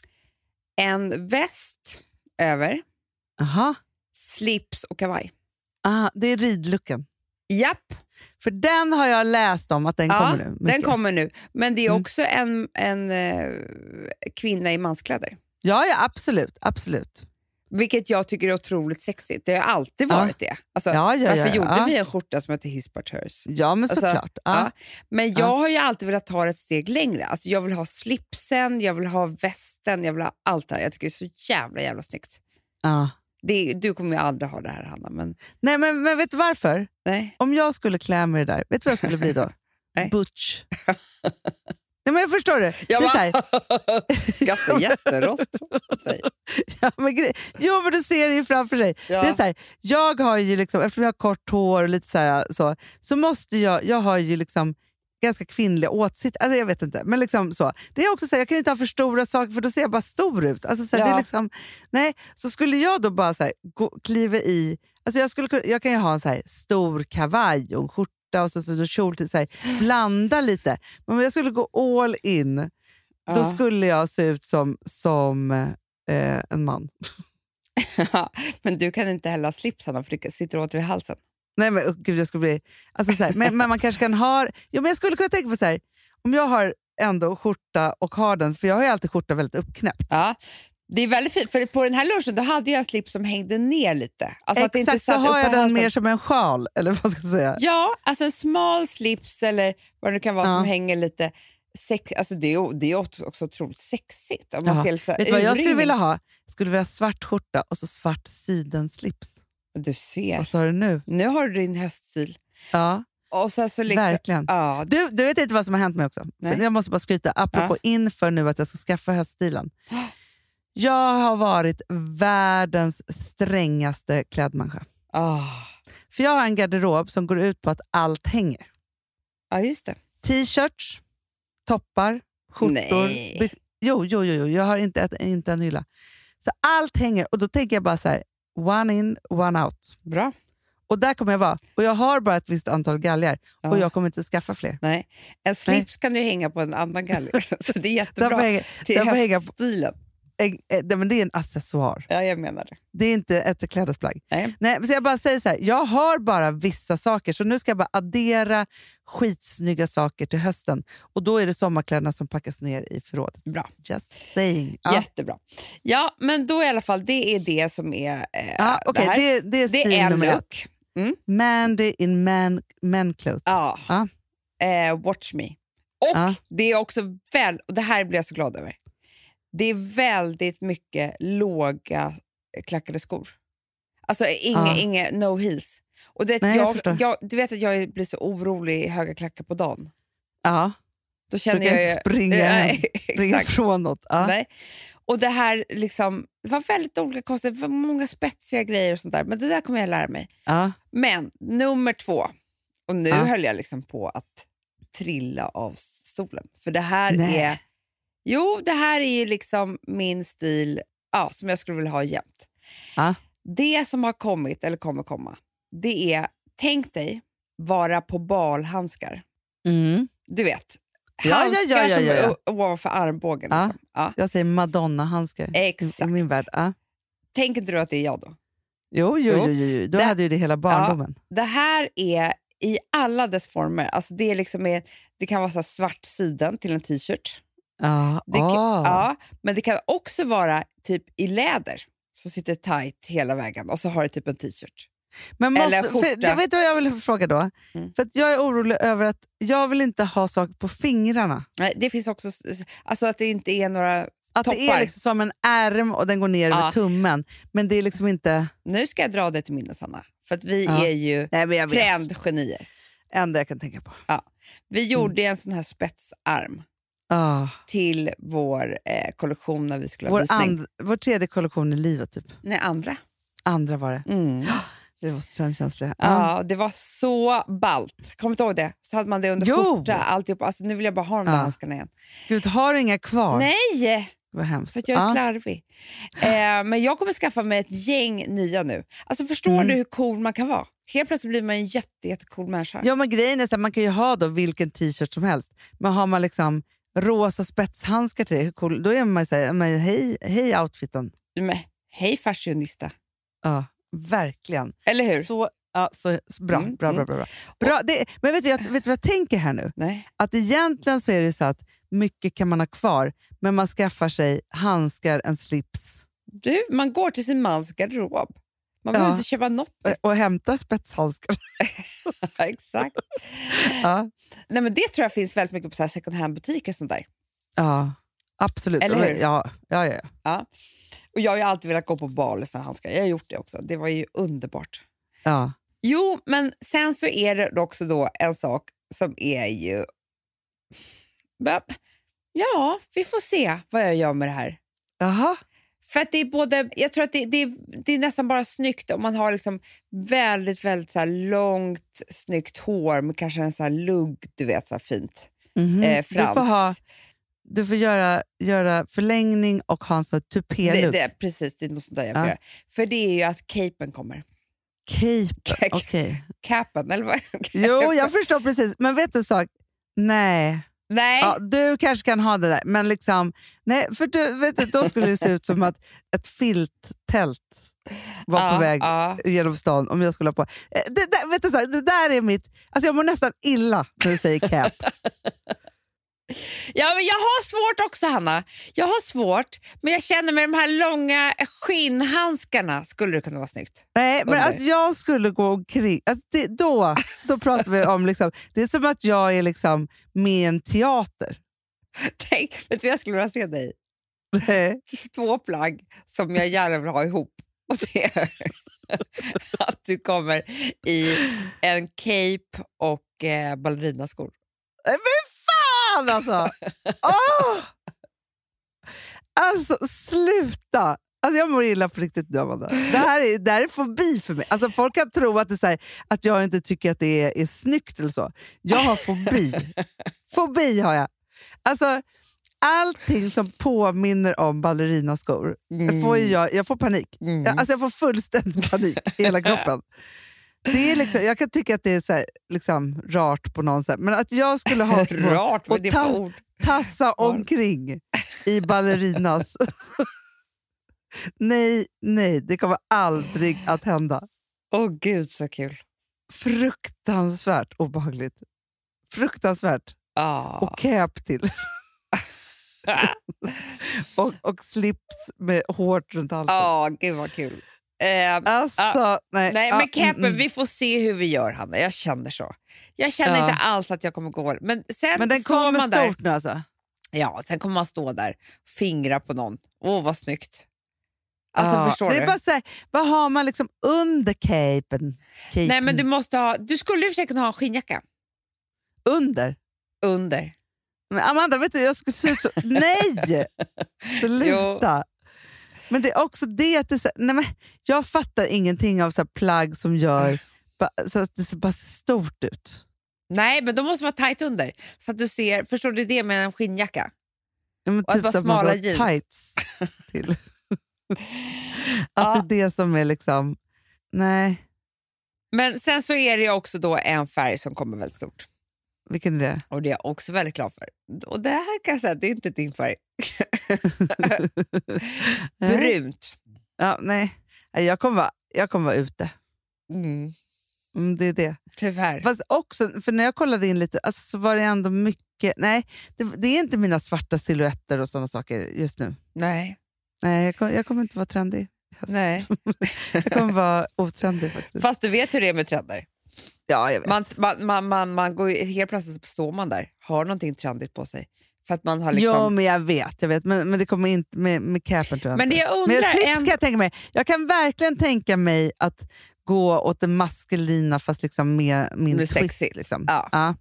En väst över. Aha. Slips och kavaj. Ah, det är ridlooken. Japp. För den har jag läst om att den ja, kommer nu. Mycket. Den kommer nu. Men det är mm. också en, en eh, kvinna i manskläder. Ja, ja, absolut. absolut. Vilket jag tycker är otroligt sexigt. Det har alltid varit ja. det. Alltså, ja, ja, varför ja, gjorde ja. vi en skjorta som heter His But Hers? Ja, men alltså, såklart. Ja. Ja. Men jag ja. har ju alltid velat ta ett steg längre. Alltså, jag vill ha slipsen, jag vill ha västen, jag vill ha allt det här. Jag tycker det är så jävla jävla snyggt. Ja. Det, du kommer ju aldrig ha det här, Hanna. Men... Nej, men, men vet du varför? Nej. Om jag skulle klä mig där, vet du vad jag skulle bli då? Nej. Butch. Nej, men jag förstår det. Jag det är bara... Skrattar jätterått. ja, men gre- jo, men du ser det ju framför sig. Ja. Det är så här, jag har ju liksom, eftersom jag har kort hår och lite så här, så, så måste jag, jag har ju liksom ganska kvinnliga åtsikt. Alltså jag vet inte, men liksom så. Det är också så här, jag kan inte ha för stora saker för då ser jag bara stor ut. Alltså så här, ja. det är liksom, nej, så skulle jag då bara så här, gå, kliva i, alltså jag, skulle, jag kan ju ha en så här stor kavaj och en skjorta och så, så, så kjol till, så här, blanda lite. Men om jag skulle gå all in, ja. då skulle jag se ut som, som eh, en man. Men du kan inte heller ha slips, Hanna, för det sitter åt vid halsen. Nej men oh, gud, jag skulle bli... Alltså, så här, men, men man kanske kan ha... Jo, men jag skulle kunna tänka på så här, om jag har ändå skjorta och har den, för jag har ju alltid skjorta väldigt uppknäppt. Ja, det är väldigt fint, för på den här lunchen då hade jag en slips som hängde ner lite. Alltså exakt, att det inte så har jag den halsen. mer som en sjal, eller vad ska jag säga? Ja, alltså en smal slips eller vad det kan vara ja. som hänger lite... Sex, alltså det är, det är också, också otroligt sexigt. Om man ser lite vet du vad jag skulle vilja ha? Jag skulle vilja ha svart skjorta och så svart sidenslips. Du ser. Vad sa du nu? Nu har du din höststil. Ja, och så, så liksom, verkligen. Ja. Du, du vet inte vad som har hänt mig också. För jag måste bara skryta, apropå ja. inför nu att jag ska skaffa höststilen. Jag har varit världens strängaste klädmänniska. Oh. För jag har en garderob som går ut på att allt hänger. Ja, just det. T-shirts, toppar, skjortor. By- Jo, jo, jo, jo. Jag har inte, ett, inte en hylla. Så allt hänger, och då tänker jag bara så här, one in, one out. Bra. Och där kommer jag vara. Och jag har bara ett visst antal galgar. Ja. Och jag kommer inte skaffa fler. Nej. En slips Nej. kan du hänga på en annan galge. Så det är jättebra hänga, till höststilen. Det, men det är en accessoar. Ja, jag menar det. Det är inte ett klädesplagg. Nej. Nej, så jag bara säger så här, jag har bara vissa saker, så nu ska jag bara addera skitsnygga saker till hösten. Och då är det sommarkläderna som packas ner i förrådet. Bra. Just saying. Ja. Jättebra. Ja, men då i alla fall, det är det som är eh, ja, okay, det här. Det, det är, det är en look. Mm. Mandy in man, man clothes. Ja. ja. Eh, watch me. Och ja. det är också väl, och det här blir jag så glad över. Det är väldigt mycket låga klackade skor. Alltså inga, ja. inga no heels. Och det, Nej, jag, jag jag, du vet att jag blir så orolig i höga klackar på dagen. Ja. Då känner du kan jag inte springa, äh, springa ifrån något. Ja. Nej. Och det här liksom, det var väldigt olika konstigt, det var många spetsiga grejer och sånt där. Men det där kommer jag lära mig. Ja. Men nummer två, och nu ja. höll jag liksom på att trilla av stolen. För det här Nej. är, jo det här är ju liksom min stil, ja, som jag skulle vilja ha jämt. Ja. Det som har kommit, eller kommer komma, det är, tänk dig, vara på balhandskar. Mm. Du vet, ja, handskar ja, ja, ja, ja. som är ovanför armbågen. Ja. Liksom. Ja. Jag säger Madonna-handskar. Exakt. I, i min värld. Ja. Tänk inte du att det är jag då? Jo, jo, jo, jo, jo. Då det, hade ju det hela barndomen. Ja, det här är i alla dess former. Alltså det, är liksom är, det kan vara så här svart siden till en t-shirt. Ja, det, oh. ja, men det kan också vara typ i läder som sitter tight hela vägen och så har det typ en t-shirt. Men måste, Eller skjorta. För, jag vet vad jag vill fråga då. Mm. För att jag är orolig över att jag vill inte ha saker på fingrarna. Nej, det finns också, alltså att det inte är några Att toppar. det är liksom som en ärm och den går ner ja. över tummen. Men det är liksom inte... Nu ska jag dra det till minnes, Anna. För att vi ja. är ju Nej, trendgenier. Enda jag kan tänka på. Ja. Vi gjorde mm. en sån här spetsarm oh. till vår eh, kollektion när vi skulle ha vår, visning. and, vår tredje kollektion i livet typ. Nej, andra. Andra var det. Mm. Det var trendkänsliga. Ja, ja, det var så ballt. Kommer du ihåg det? Så hade man det under jo. skjorta, alltihop. Alltså, nu vill jag bara ha de där ja. handskarna igen. Gud, har du inga kvar? Nej! Vad hemskt. För att jag är ja. slarvig. Eh, men jag kommer skaffa mig ett gäng nya nu. Alltså förstår mm. du hur cool man kan vara? Helt plötsligt blir man en jätte, jättecool människa. Ja, men grejen är så här, man kan ju ha då vilken t-shirt som helst. Men har man liksom rosa spetshandskar till det, hur cool, då är man ju såhär, hej, hej outfiten. Men, hej fashionista. Ja, verkligen. Eller hur? Så, ja, så, så bra, mm, bra, bra, bra, bra. bra det, men vet du, jag, vet du vad jag tänker här nu? Nej. Att egentligen så är det så att mycket kan man ha kvar, men man skaffar sig handskar, en slips. Du, man går till sin mans garderob. Man behöver ja. inte köpa något. Och, och hämta spetshandskar. Exakt. ja. Nej, men det tror jag finns väldigt mycket på så här second hand-butiker och sånt där. Ja, absolut. Eller hur? Ja, ja, ja. ja. Och jag har ju alltid velat gå på bal i såna handskar. Jag har gjort det också. Det var ju underbart. Ja. Jo, men sen så är det också då en sak som är ju... Ja, vi får se vad jag gör med det här. Jaha. För att det är både, jag tror att det, det, är, det är nästan bara snyggt om man har liksom väldigt, väldigt så här långt, snyggt hår med kanske en så här lugg, du vet, så här fint. Mm-hmm. Eh, franskt. Du får, ha, du får göra, göra förlängning och ha en sån tupé-lugg. Det, det, precis, det är något sånt där jag får ja. göra. För det är ju att capen kommer. Capen, okej. Okay. Capen, eller vad? Jo, jag förstår precis. Men vet du en sak? Nej. Nej. Ja, du kanske kan ha det där, men liksom, nej, för du, vet du, då skulle det se ut som att ett filttält var ja, på väg ja. genom stan om jag skulle ha på. Det, det, vet du, så, det där är mitt, alltså jag mår nästan illa när du säger cap. Ja, men jag har svårt också, Hanna. Jag har svårt, men jag känner med de här långa skinnhandskarna skulle det kunna vara snyggt. Nej, men under. att jag skulle gå omkring, att det, då, då pratar vi om, liksom, det är som att jag är liksom med i en teater. Tänk, vet du vad jag skulle vilja se dig? Nej. Två plagg som jag gärna vill ha ihop. Och det är att du kommer i en cape och eh, ballerinaskor. Men fan alltså! Oh! Alltså sluta! Alltså jag mår illa på riktigt nu, Amanda. Det här är, det här är fobi för mig. Alltså folk kan tro att, det är så här, att jag inte tycker att det är, är snyggt eller så. Jag har fobi. Fobi har jag. Alltså allting som påminner om ballerinaskor, Mm. får jag, jag får panik. Mm. Jag, alltså jag får fullständig panik i hela kroppen. Det är liksom, jag kan tycka att det är så här, liksom, rart på någon sätt. Men att jag skulle ha Rart, vad är det ta- för ord? tassa omkring i ballerinas. nej, nej, det kommer aldrig att hända. Åh oh, gud så kul. Fruktansvärt obehagligt. Fruktansvärt. Ah. Och cap till. och, och slips med hårt runt halsen. Ja, oh, gud vad kul. Eh, Alltså, ah, nej. nej ah, men capen, mm, mm. vi får se hur vi gör, Hanna. Jag känner så. Jag känner Ja. inte alls att jag kommer gå. Men sen Men den står kommer man stort där. nu alltså. Ja, sen kommer man stå där, fingra på någon. Åh, oh, vad snyggt. Alltså, Ja, förstår det du? är bara så här, vad har man liksom under capen? capen? Nej, men du måste ha... Du skulle ju kunna ha en skinnjacka. Under? Under. Men Amanda, vet du, jag skulle se ut så... Nej! Sluta! Men det är också det att det är så, nej men, jag fattar ingenting av så här plagg som gör ba, så att det ser bara stort ut. Nej, men de måste vara tajt under. Så att du ser... Förstår du det med en skinnjacka? Ja, men Och typ att så bara att man smala ska jeans. ha tights till. Att Ja. det är det som är liksom... Nej, Men sen så är det ju också då en färg som kommer väldigt stort. vilken är det? Och det är jag också väldigt glad för. Och det här kan jag säga, det är inte din färg. Brunt. Ja, nej. Nej, jag kommer vara, jag kommer vara ute. Mm. Mm, det är det. Tyvärr. Fast också, för när jag kollade in lite alltså, så var det ändå mycket... Nej, det, det är inte mina svarta silhuetter och sådana saker just nu. Nej. Nej, jag, kom, jag kommer inte vara trendig. Nej. Jag kommer vara otrendig faktiskt. Fast du vet hur det är med trender. Ja, jag vet. Man, man, man, man, man går ju, helt plötsligt står man där, har någonting trendigt på sig. För att man har liksom... Jo, men jag vet. Jag vet men, men det kommer inte med, med capen tror jag Men inte. det jag undrar... Men slips en... kan jag tänka mig. Jag kan verkligen tänka mig att gå åt det maskulina fast liksom med min Med twist. sexigt. Liksom. Ja. Ja.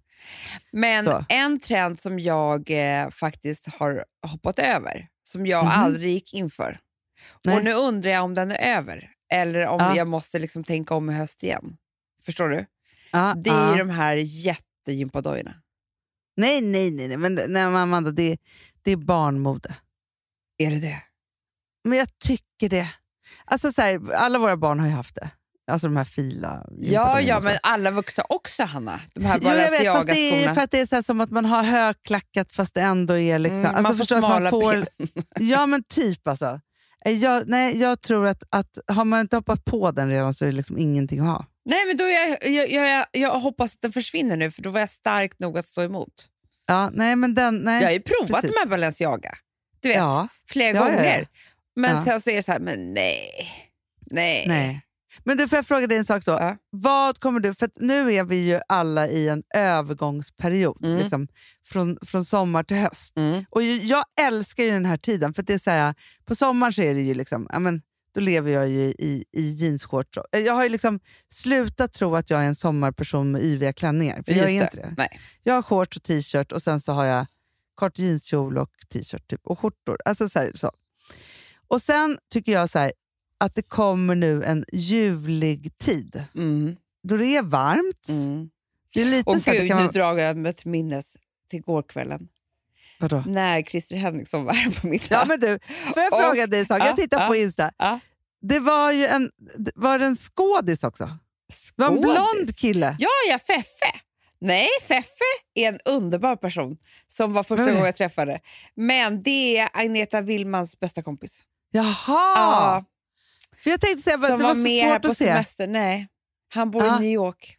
Men Så. en trend som jag eh, faktiskt har hoppat över, som jag Mhm. aldrig gick inför. Nej. Och nu undrar jag om den är över. Eller om Ja. jag måste liksom tänka om i höst igen. Förstår du? Ja, Det är ja. ju de här jättegympadojorna. Nej, nej, nej. nej. Men, nej Amanda, det, det är barnmode. Är det det? Men jag tycker det. Alltså så här, alla våra barn har ju haft det. Alltså de här fila. Ja, ja, och så. men alla vuxna också, Hanna. De här Jo, jag vet, fast det är Balenciaga-skorna. för att det är så här som att man har högklackat fast det ändå är liksom... Mm, alltså man får förstår att smala man får, ben. Ja, men typ alltså. Jag, nej, jag tror att, att har man inte hoppat på den redan så är det liksom ingenting att ha. Nej, men då är jag, jag, jag, jag hoppas att den försvinner nu, för då var jag stark nog att stå emot. Ja, nej, men den, nej, Jag har ju provat precis. de här Balenciaga. Du vet, Ja. flera Ja, ja, ja. gånger. Men Ja. sen så är det så här, men nej. Nej. Nej. Men du, får jag fråga dig en sak då? Ja. Vad kommer du... För att nu är vi ju alla i en övergångsperiod. Mm. Liksom, från, från sommar till höst. Mm. Och ju, jag älskar ju den här tiden. För att det är så här, på sommaren så är det ju liksom... Ja, men, då lever jag ju i, i jeansshorts. Jag har ju liksom slutat tro att jag är en sommarperson med yviga klänningar. För jag är Just inte det. Nej. Jag har shorts och t-shirt och sen så har jag kort jeanskjol och t-shirt typ, och skjortor. Alltså så, här, så. Och sen tycker jag så här, att det kommer nu en ljuvlig tid. Mm. Då det är varmt. Mm. Det är lite Och så att det gud, kan nu vara... drar jag mig till minnes till gårkvällen. Vadå? När Christer Henriksson var här på middag. Ja, men du, får jag Och- fråga dig en sak? ja, Jag tittar ja, på Insta. ja. Det var ju en, var det en skådis också? Det var en Skådis. blond kille. Ja, ja, Feffe. Nej, Feffe är en underbar person som var första Vem är det? gången jag träffade. Men det är Agneta Willmans bästa kompis. Jaha! Ja, För jag tänkte säga, som det var var så med här svårt på att se. semester. Nej, han bor Ja. i New York.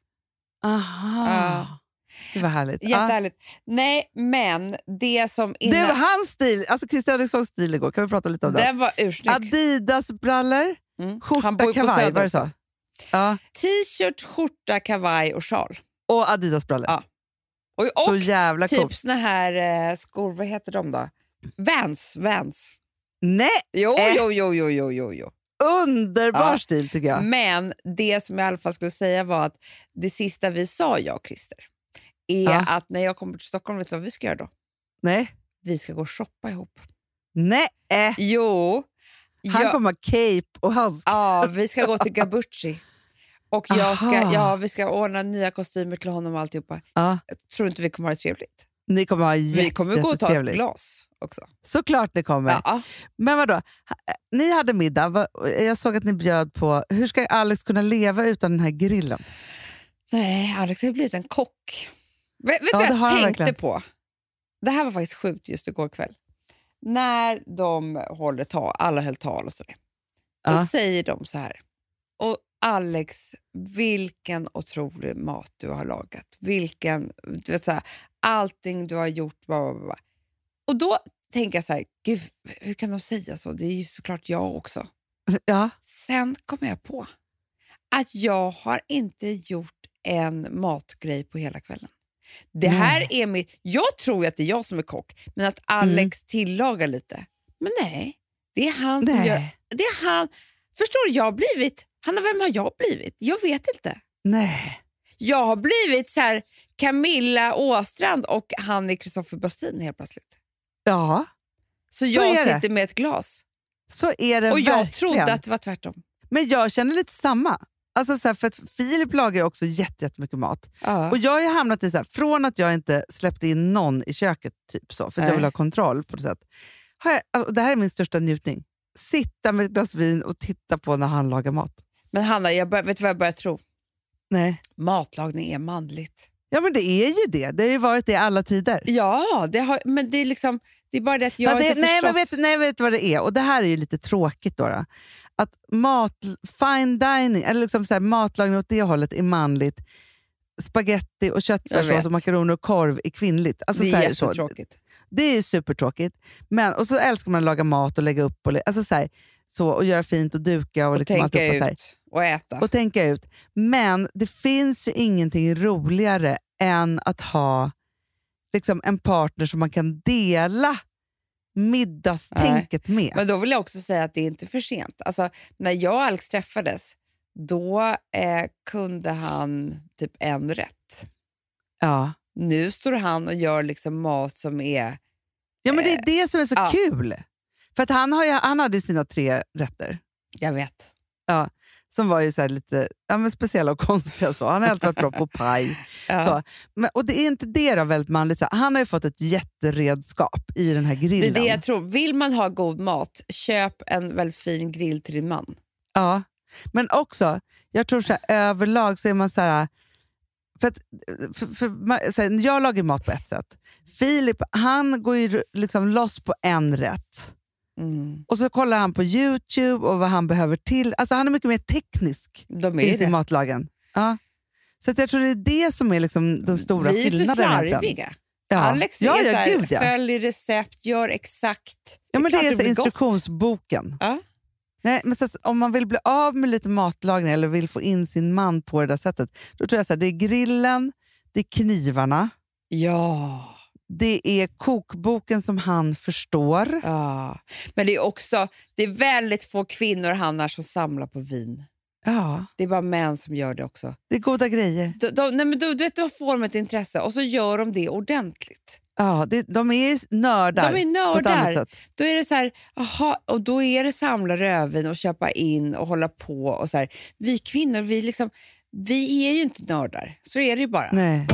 Aha. Ja. Det var härligt. Ja. Jättehärligt. Nej, men det som Det innan... var hans stil, alltså Christian Erikssons stil igår. Kan vi prata lite om det? Den var ursnygg. Adidas-brallor, Mm. skjorta, Han bor ju på kavaj, Söder var det så? också. Ja. T-shirt, skjorta, kavaj och sjal. Och Adidas-brallor. Ja. Och, Så och jävla typ coolt. såna här eh, skor, vad heter de då? Vans, Vans. Nej, Jo, Äh. jo, jo, jo, jo, jo, jo. underbar Ja. stil tycker jag. Men det som jag i alla fall skulle säga var att det sista vi sa, jag och Christer, är Ja. att när jag kommer till Stockholm, vet du vad vi ska göra då? Nej, Vi ska gå och shoppa ihop. nej. Äh. Jo. Han jag, kommer ha cape och handskar. Ja, vi ska gå till Gabucci. Och jag ska, Aha. ja, vi ska ordna nya kostymer till honom och alltihopa. Ja. Jag tror inte vi kommer ha det trevligt. Ni kommer ha jätte, Vi kommer gå och ta ett jättetrevligt. glas också. Såklart det kommer. Ja. Men vadå? Ni hade middag. Jag såg att ni bjöd på... Hur ska Alex kunna leva utan den här grillen? Nej, Alex har ju blivit en kock. Vet du Ja, vad det har jag han tänkte verkligen. på? Det här var faktiskt sjukt just igår kväll. När de håller tal, alla höll tal och sådär. Då Ja. säger de så här. Och Alex, vilken otrolig mat du har lagat. Vilken, du vet så här, allting du har gjort. Bla bla bla. Och då tänker jag så här, gud, hur kan de säga så? Det är ju såklart jag också. Ja. Sen kom jag på att jag har inte gjort en matgrej på hela kvällen. Det här Nej. är mitt, jag tror att det är jag som är kock, men att Alex mm. tillagar lite. Men nej, det är han som nej. gör. Det är han. Förstår du, jag har blivit, Hanna, vem har jag blivit? Jag vet inte. Nej. Jag har blivit så här Camilla Åstrand och han är Kristoffer Bastin helt plötsligt. Ja. Så, så jag är sitter det. med ett glas. Så är det och verkligen. Jag trodde att det var tvärtom. Men jag känner lite samma. Alltså så här, för att Filip lagar ju också jätte, jättemycket mat. Ja. Och jag har ju hamnat i så här, från att jag inte släppte in någon i köket typ så, för att Nej. jag vill ha kontroll på det sätt. Har jag, alltså, det här är min största njutning. Sitta med ett glas vin och titta på när han lagar mat. Men Hanna, jag bör, vet du vad jag börjar tro? Nej. Matlagning är manligt. Ja, men det är ju det. Det har ju varit det i alla tider. Ja, det har, men det är liksom det är bara det att jag Fast inte det, nej, förstått. men vet, nej, vet vad det är. Och det här är ju lite tråkigt då. då. Att mat, fine dining, eller liksom så här, matlagning åt det hållet är manligt. Spaghetti och köttfärssås och makaroner och korv är kvinnligt. Alltså, det är så här, jättetråkigt. Så, det är supertråkigt. Men, och så älskar man att laga mat och lägga upp och, alltså, så här, så, och göra fint och duka. Och, Och liksom tänka alltihopa, ut och äta. Och tänka ut. Men det finns ju ingenting roligare än att ha liksom, en partner som man kan dela middagstänket med. Men då vill jag också säga att det är inte för sent. Alltså, när jag och Alex träffades, då eh, kunde han typ en rätt. Ja. Nu står han och gör liksom mat som är... Ja, men det är det som är så ja. kul. För att han, har ju, han hade ju sina tre rätter. Jag vet. Ja, som var ju så här lite ja, men speciella och konstiga. Så. Han har alltid varit bra på paj. Ja. Så. Men, och det är inte det då väldigt manligt. Så. Han har ju fått ett jätteredskap i den här grillen. Det är det jag tror. Vill man ha god mat, köp en väldigt fin grill till din man. Ja, men också, jag tror så här, överlag så är man så här... För att, för, för, så här, jag lagar mat på ett sätt. Filip, han går ju liksom loss på en rätt. Mm. Och så kollar han på YouTube och vad han behöver till. Alltså han är mycket mer teknisk De är i det. sin matlagen. Ja. Så att jag tror det är det som är liksom den stora Vi är skillnaden. för slarviga. Ja. Alex ja, är ja, så här, gud, ja. följ recept, gör exakt. Ja, men det är, klart så blir gott. instruktionsboken. Ja. Nej, men så att om man vill bli av med lite matlagning eller vill få in sin man på det där sättet, då tror jag att det är grillen, det är knivarna, Ja. det är kokboken som han förstår. Ja. Men det är också det är väldigt få kvinnor Hanna som samlar på vin. Ja, Det är bara män som gör det också. det är goda grejer. De, de, nej men du, du vet, då får de ett intresse och så gör de det ordentligt. Ja, det, de är ju nördar. De är på ett annat nördar. sätt. Då är det så här, aha, och då är det samla rödvin och köpa in och hålla på och så här. Vi kvinnor, vi liksom vi är ju inte nördar. Så är det ju bara. Nej.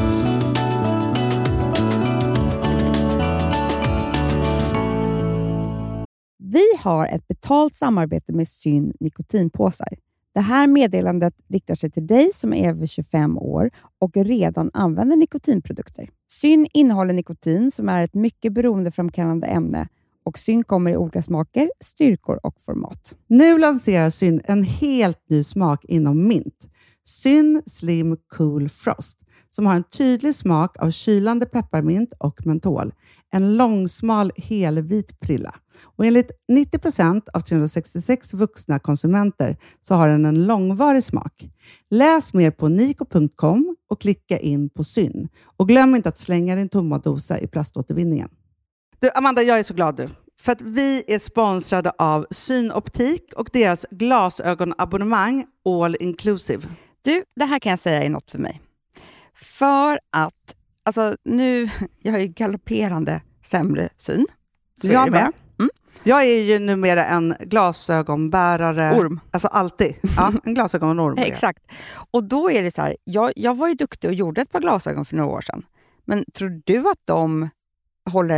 Vi har ett betalt samarbete med Syn nikotinpåsar. Det här meddelandet riktar sig till dig som är över tjugofem år och redan använder nikotinprodukter. Syn innehåller nikotin som är ett mycket beroendeframkallande ämne och Syn kommer i olika smaker, styrkor och format. Nu lanserar Syn en helt ny smak inom mint. Syn Slim Cool Frost som har en tydlig smak av kylande pepparmint och mentol. En långsmal helvit prilla. Och enligt nittio procent av trehundrasextiosex vuxna konsumenter så har den en långvarig smak. Läs mer på niko punkt com och klicka in på Syn. Och glöm inte att slänga din tomma dosa i plaståtervinningen. Du, Amanda, jag är så glad du. För att vi är sponsrade av Synoptik och deras glasögonabonnemang All Inclusive. Du, det här kan jag säga är något för mig. För att, alltså nu, jag har ju galopperande sämre syn. Så Jag är det med. bara. Mm. Jag är ju numera en glasögonbärare. Orm. Alltså alltid. Ja, en glasögonorm. Exakt. Och då är det så här, jag, jag var ju duktig och gjorde ett par glasögon för några år sedan. Men tror du att de håller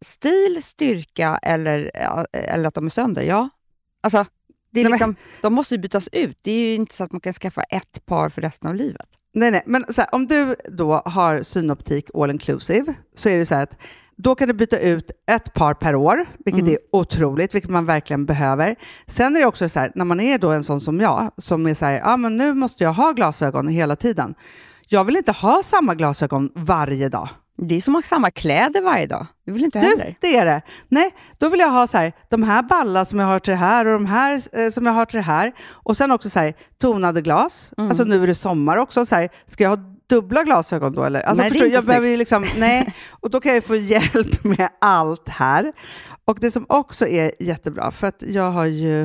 stil, styrka eller, eller att de är sönder, ja. Alltså, det är nej, liksom, men... de måste ju bytas ut. Det är ju inte så att man kan skaffa ett par för resten av livet. Nej, nej. Men så här, om du då har synoptik all inclusive så är det så här att då kan du byta ut ett par per år, vilket mm. är otroligt, vilket man verkligen behöver. Sen är det också så här, när man är då en sån som jag, som är så här, ja men nu måste jag ha glasögon hela tiden. Jag vill inte ha samma glasögon varje dag. Det är som att ha samma kläder varje dag. Det vill inte du, heller. Det är det. Nej, då vill jag ha så här, de här ballar som jag har till det här och de här eh, som jag har till det här. Och sen också så här, tonade glas. Mm. Alltså nu är det sommar också. Så här, ska jag ha dubbla glasögon då? Eller? Alltså, nej, förstår, det är inte jag behöver ju liksom, nej. Och då kan jag få hjälp med allt här. Och det som också är jättebra, för att jag har ju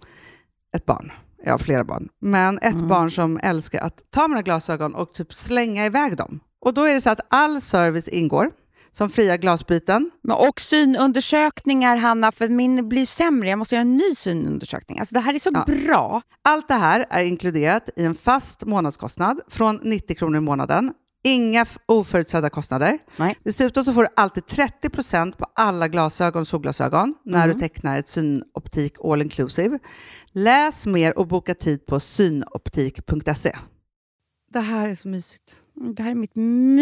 ett barn. Jag har flera barn. Men ett mm. barn som älskar att ta mina glasögon och typ slänga iväg dem. Och då är det så att all service ingår. Som fria glasbyten. Men och synundersökningar, Hanna, för min blir sämre. Jag måste göra en ny synundersökning. Alltså det här är så ja. bra. Allt det här är inkluderat i en fast månadskostnad från nittio kronor i månaden. Inga oförutsedda kostnader. Nej. Dessutom så får du alltid trettio procent på alla glasögon och solglasögon när mm. du tecknar ett synoptik all inclusive. Läs mer och boka tid på synoptik punkt se. Det här är så mysigt. Det här är mitt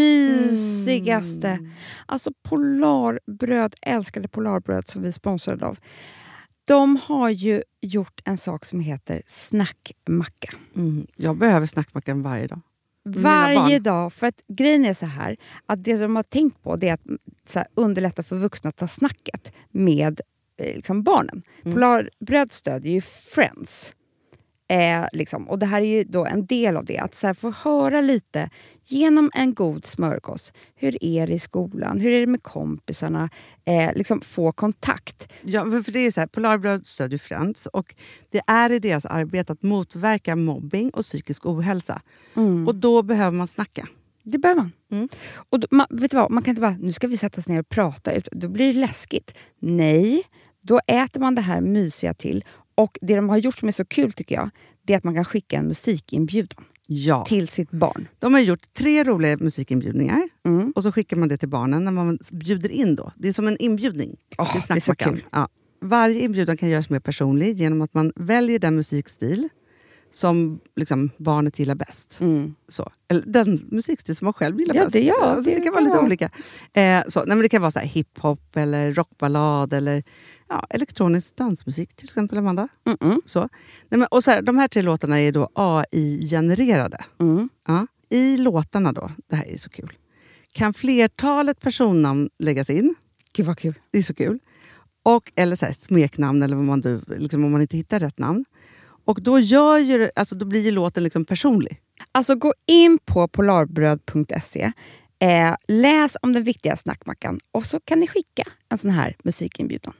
mysigaste. Mm. Alltså Polarbröd, älskade Polarbröd som vi sponsrade av. De har ju gjort en sak som heter snackmacka. Mm. Jag behöver snackmackan varje dag. Varje dag. För att grejen är så här, att det de har tänkt på det är att så här, underlätta för vuxna att ta snacket med eh, liksom barnen. Mm. Polarbröd stödjer ju Friends. Eh, liksom. Och det här är ju då en del av det. Att så här, få höra lite genom en god smörgås. Hur är det i skolan? Hur är det med kompisarna? Eh, liksom få kontakt. Ja, för det är så här, Polarbröd stödjer Friends. Och det är i deras arbete att motverka mobbing och psykisk ohälsa. Mm. Och då behöver man snacka. Det behöver man. Mm. Och då, man, vet du vad? Man kan inte bara, nu ska vi sätta oss ner och prata ut. Då blir det läskigt. Nej, då äter man det här mysiga till. Och det de har gjort som är så kul tycker jag, det är att man kan skicka en musikinbjudan ja. till sitt barn. De har gjort tre roliga musikinbjudningar mm. och så skickar man det till barnen när man bjuder in då. Det är som en inbjudning oh, till det är så kul. Ja. Varje inbjudan kan göras mer personlig genom att man väljer den musikstil som liksom barnet gillar bäst. Mm. Så. Eller den musikstil som man själv gillar ja, bäst. Det, ja, alltså, det, det kan vara lite olika. Eh, så. Nej, men det kan vara så här hiphop eller rockballad eller ja, elektronisk dansmusik till exempel, Amanda. Mm-mm. Så. Nej, men, och så här, de här tre låtarna är då A I-genererade. Mm. Ja. I låtarna då, det här är så kul, kan flertalet personnamn läggas in. Gud vad kul. Det är så kul. Och, eller så här, smeknamn eller vad man, du, liksom, om man inte hittar rätt namn. Och då, gör ju, alltså, då blir ju låten liksom personlig. Alltså gå in på polarbröd punkt se, eh, läs om den viktiga snackmackan och så kan ni skicka en sån här musikinbjudan.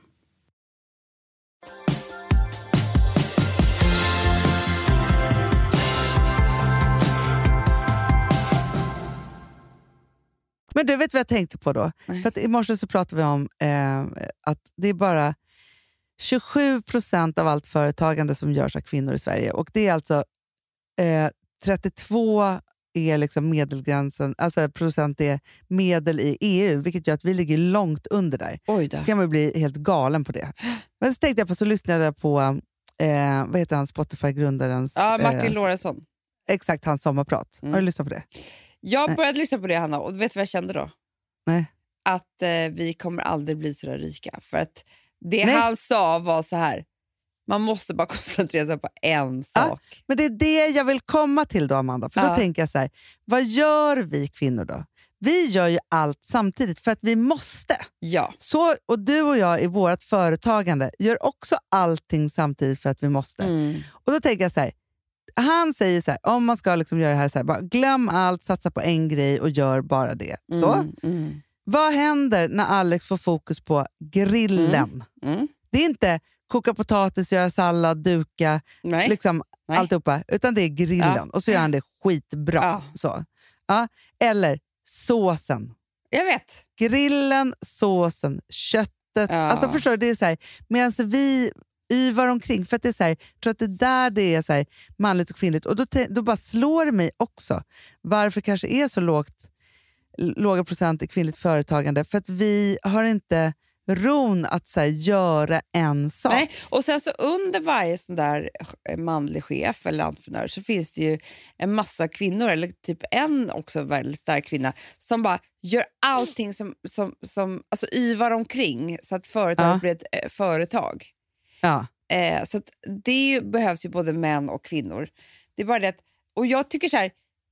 Men du vet vad jag tänkte på då? Nej. För att i morse så pratade vi om eh, att det är bara tjugosju procent av allt företagande som görs av kvinnor i Sverige. Och det är alltså eh, trettiotvå är liksom medelgränsen, alltså procent är medel i E U, vilket gör att vi ligger långt under där. Oj då. Så kan man bli helt galen på det. Men så tänkte jag på, så lyssnade jag på eh, vad heter han, Spotify-grundarens... Ja, Martin eh, Lorentzon. Exakt, hans sommarprat. Mm. Har du lyssnat på det? Jag Nej. började lyssna på det, Hanna, och vet du vad jag kände då? Nej. Att eh, vi kommer aldrig bli så där rika. För att det Nej. han sa var så här: man måste bara koncentrera sig på en sak. Ja, men det är det jag vill komma till då, Amanda. För då ja. tänker jag så här, vad gör vi kvinnor då? Vi gör ju allt samtidigt för att vi måste. Ja. Så, och du och jag i vårt företagande gör också allting samtidigt för att vi måste. Mm. Och då tänker jag så här, han säger så här, om man ska liksom göra det här så här, bara glöm allt, satsa på en grej och gör bara det. Så. Mm, mm. Vad händer när Alex får fokus på grillen? Mm, mm. Det är inte koka potatis, göra sallad, duka, Nej. liksom Nej. alltihopa, utan det är grillen. Ja. Och så gör han det skitbra. Ja. Så. Ja. Eller såsen. Jag vet. Grillen, såsen, köttet. Ja. Alltså förstår du, det är så här, medan vi yvar omkring, för att det är så här, jag tror att det där det är så här, manligt och kvinnligt. Och då, te, då bara slår det mig också varför det kanske är så lågt låga procent i kvinnligt företagande för att vi har inte ron att så här, göra en sak. Nej, och sen så under varje sån där manlig chef eller entreprenör så finns det ju en massa kvinnor, eller typ en också väldigt stark kvinna, som bara gör allting som, som, som alltså yvar omkring så att företaget Ja. blir ett eh, företag. Ja. Eh, så att det är ju, behövs ju både män och kvinnor. Det är bara det att, och jag tycker så här,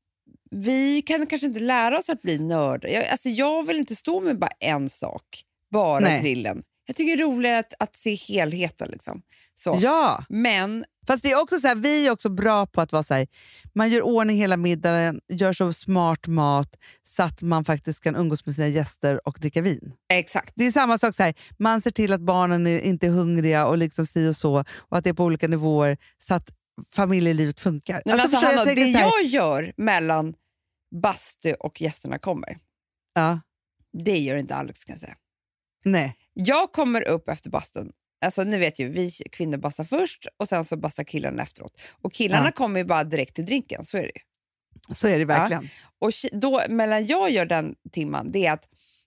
vi kan kanske inte lära oss att bli nördar. Jag, alltså jag vill inte stå med bara en sak, bara Nej. grillen. Jag tycker det är roligare att, att se helheten liksom. Så. Ja. Men Fast det är också så här, vi är också bra på att vara så här, man gör ordning hela middagen, gör så smart mat så att man faktiskt kan umgås med sina gäster och dricka vin. exakt. Det är samma sak så här, man ser till att barnen är, inte är hungriga och liksom si och så, och att det är på olika nivåer så att familjelivet funkar. Nej, men alltså, förstår Hanna, tänker det så här- jag gör mellan bastu och gästerna kommer, Ja, det gör inte Alex kan jag säga. nej. Jag kommer upp efter bastun. Alltså ni vet ju, vi kvinnor bastar först och sen så bastar killarna efteråt. Och killarna Ja. kommer ju bara direkt till drinken, så är det ju. Så är det verkligen. Och ki- då, mellan jag gör den timman, det är att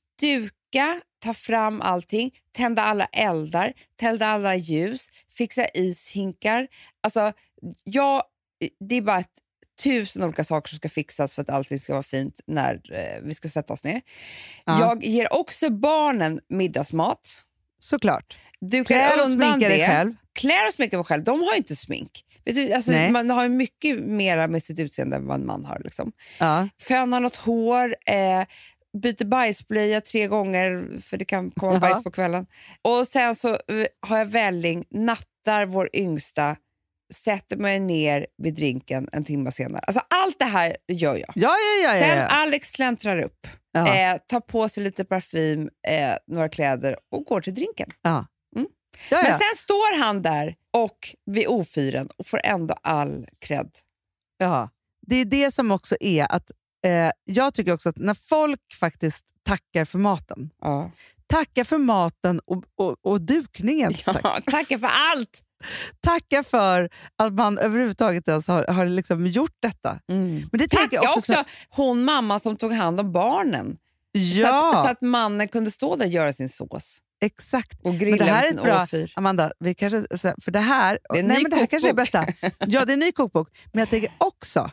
duka, ta fram allting, tända alla eldar, tända alla ljus, fixa ishinkar. Alltså, jag, det är bara ett tusen olika saker som ska fixas för att allting ska vara fint när eh, vi ska sätta oss ner. Ja. Jag ger också barnen middagsmat. Såklart. Du Klär kan och undan sminkar dig det. själv. Klär och sminkar mig själv. De har ju inte smink. Vet du, alltså, Nej. man har ju mycket mer med sitt utseende än vad en man har. Liksom. Ja. Fönar något hår, eh, byter bajsblöja tre gånger för det kan komma Ja. bajs på kvällen. Och sen så eh, har jag välling, nattar vår yngsta, sätter mig ner vid drinken en timme senare. Alltså allt det här gör jag. Ja, ja, ja, Sen ja, ja. Alex släntrar upp, Ja. eh, tar på sig lite parfym, eh, några kläder och går till drinken. Ja. Mm. Ja, Men ja. sen står han där och vid ofyren och får ändå all cred. Ja. Det är det som också är att eh, jag tycker också att när folk faktiskt tackar för maten, Ja. tacka för maten och, och, och dukningen. Tack. Ja, tackar för allt! Tacka för att man överhuvudtaget ens har, har liksom gjort detta. Men det tänker Tacka jag också, också så, hon mamma som tog hand om barnen. ja, Så, att, så att mannen kunde stå där och göra sin sås. exakt. Och Men grilla det här med är sin ett bra, åfyr. Amanda, vi kanske, så här, för det här, Det är en nej, ny men det här kanske är det kokbok. bästa. Ja, det är en ny kokbok. Men jag tänker också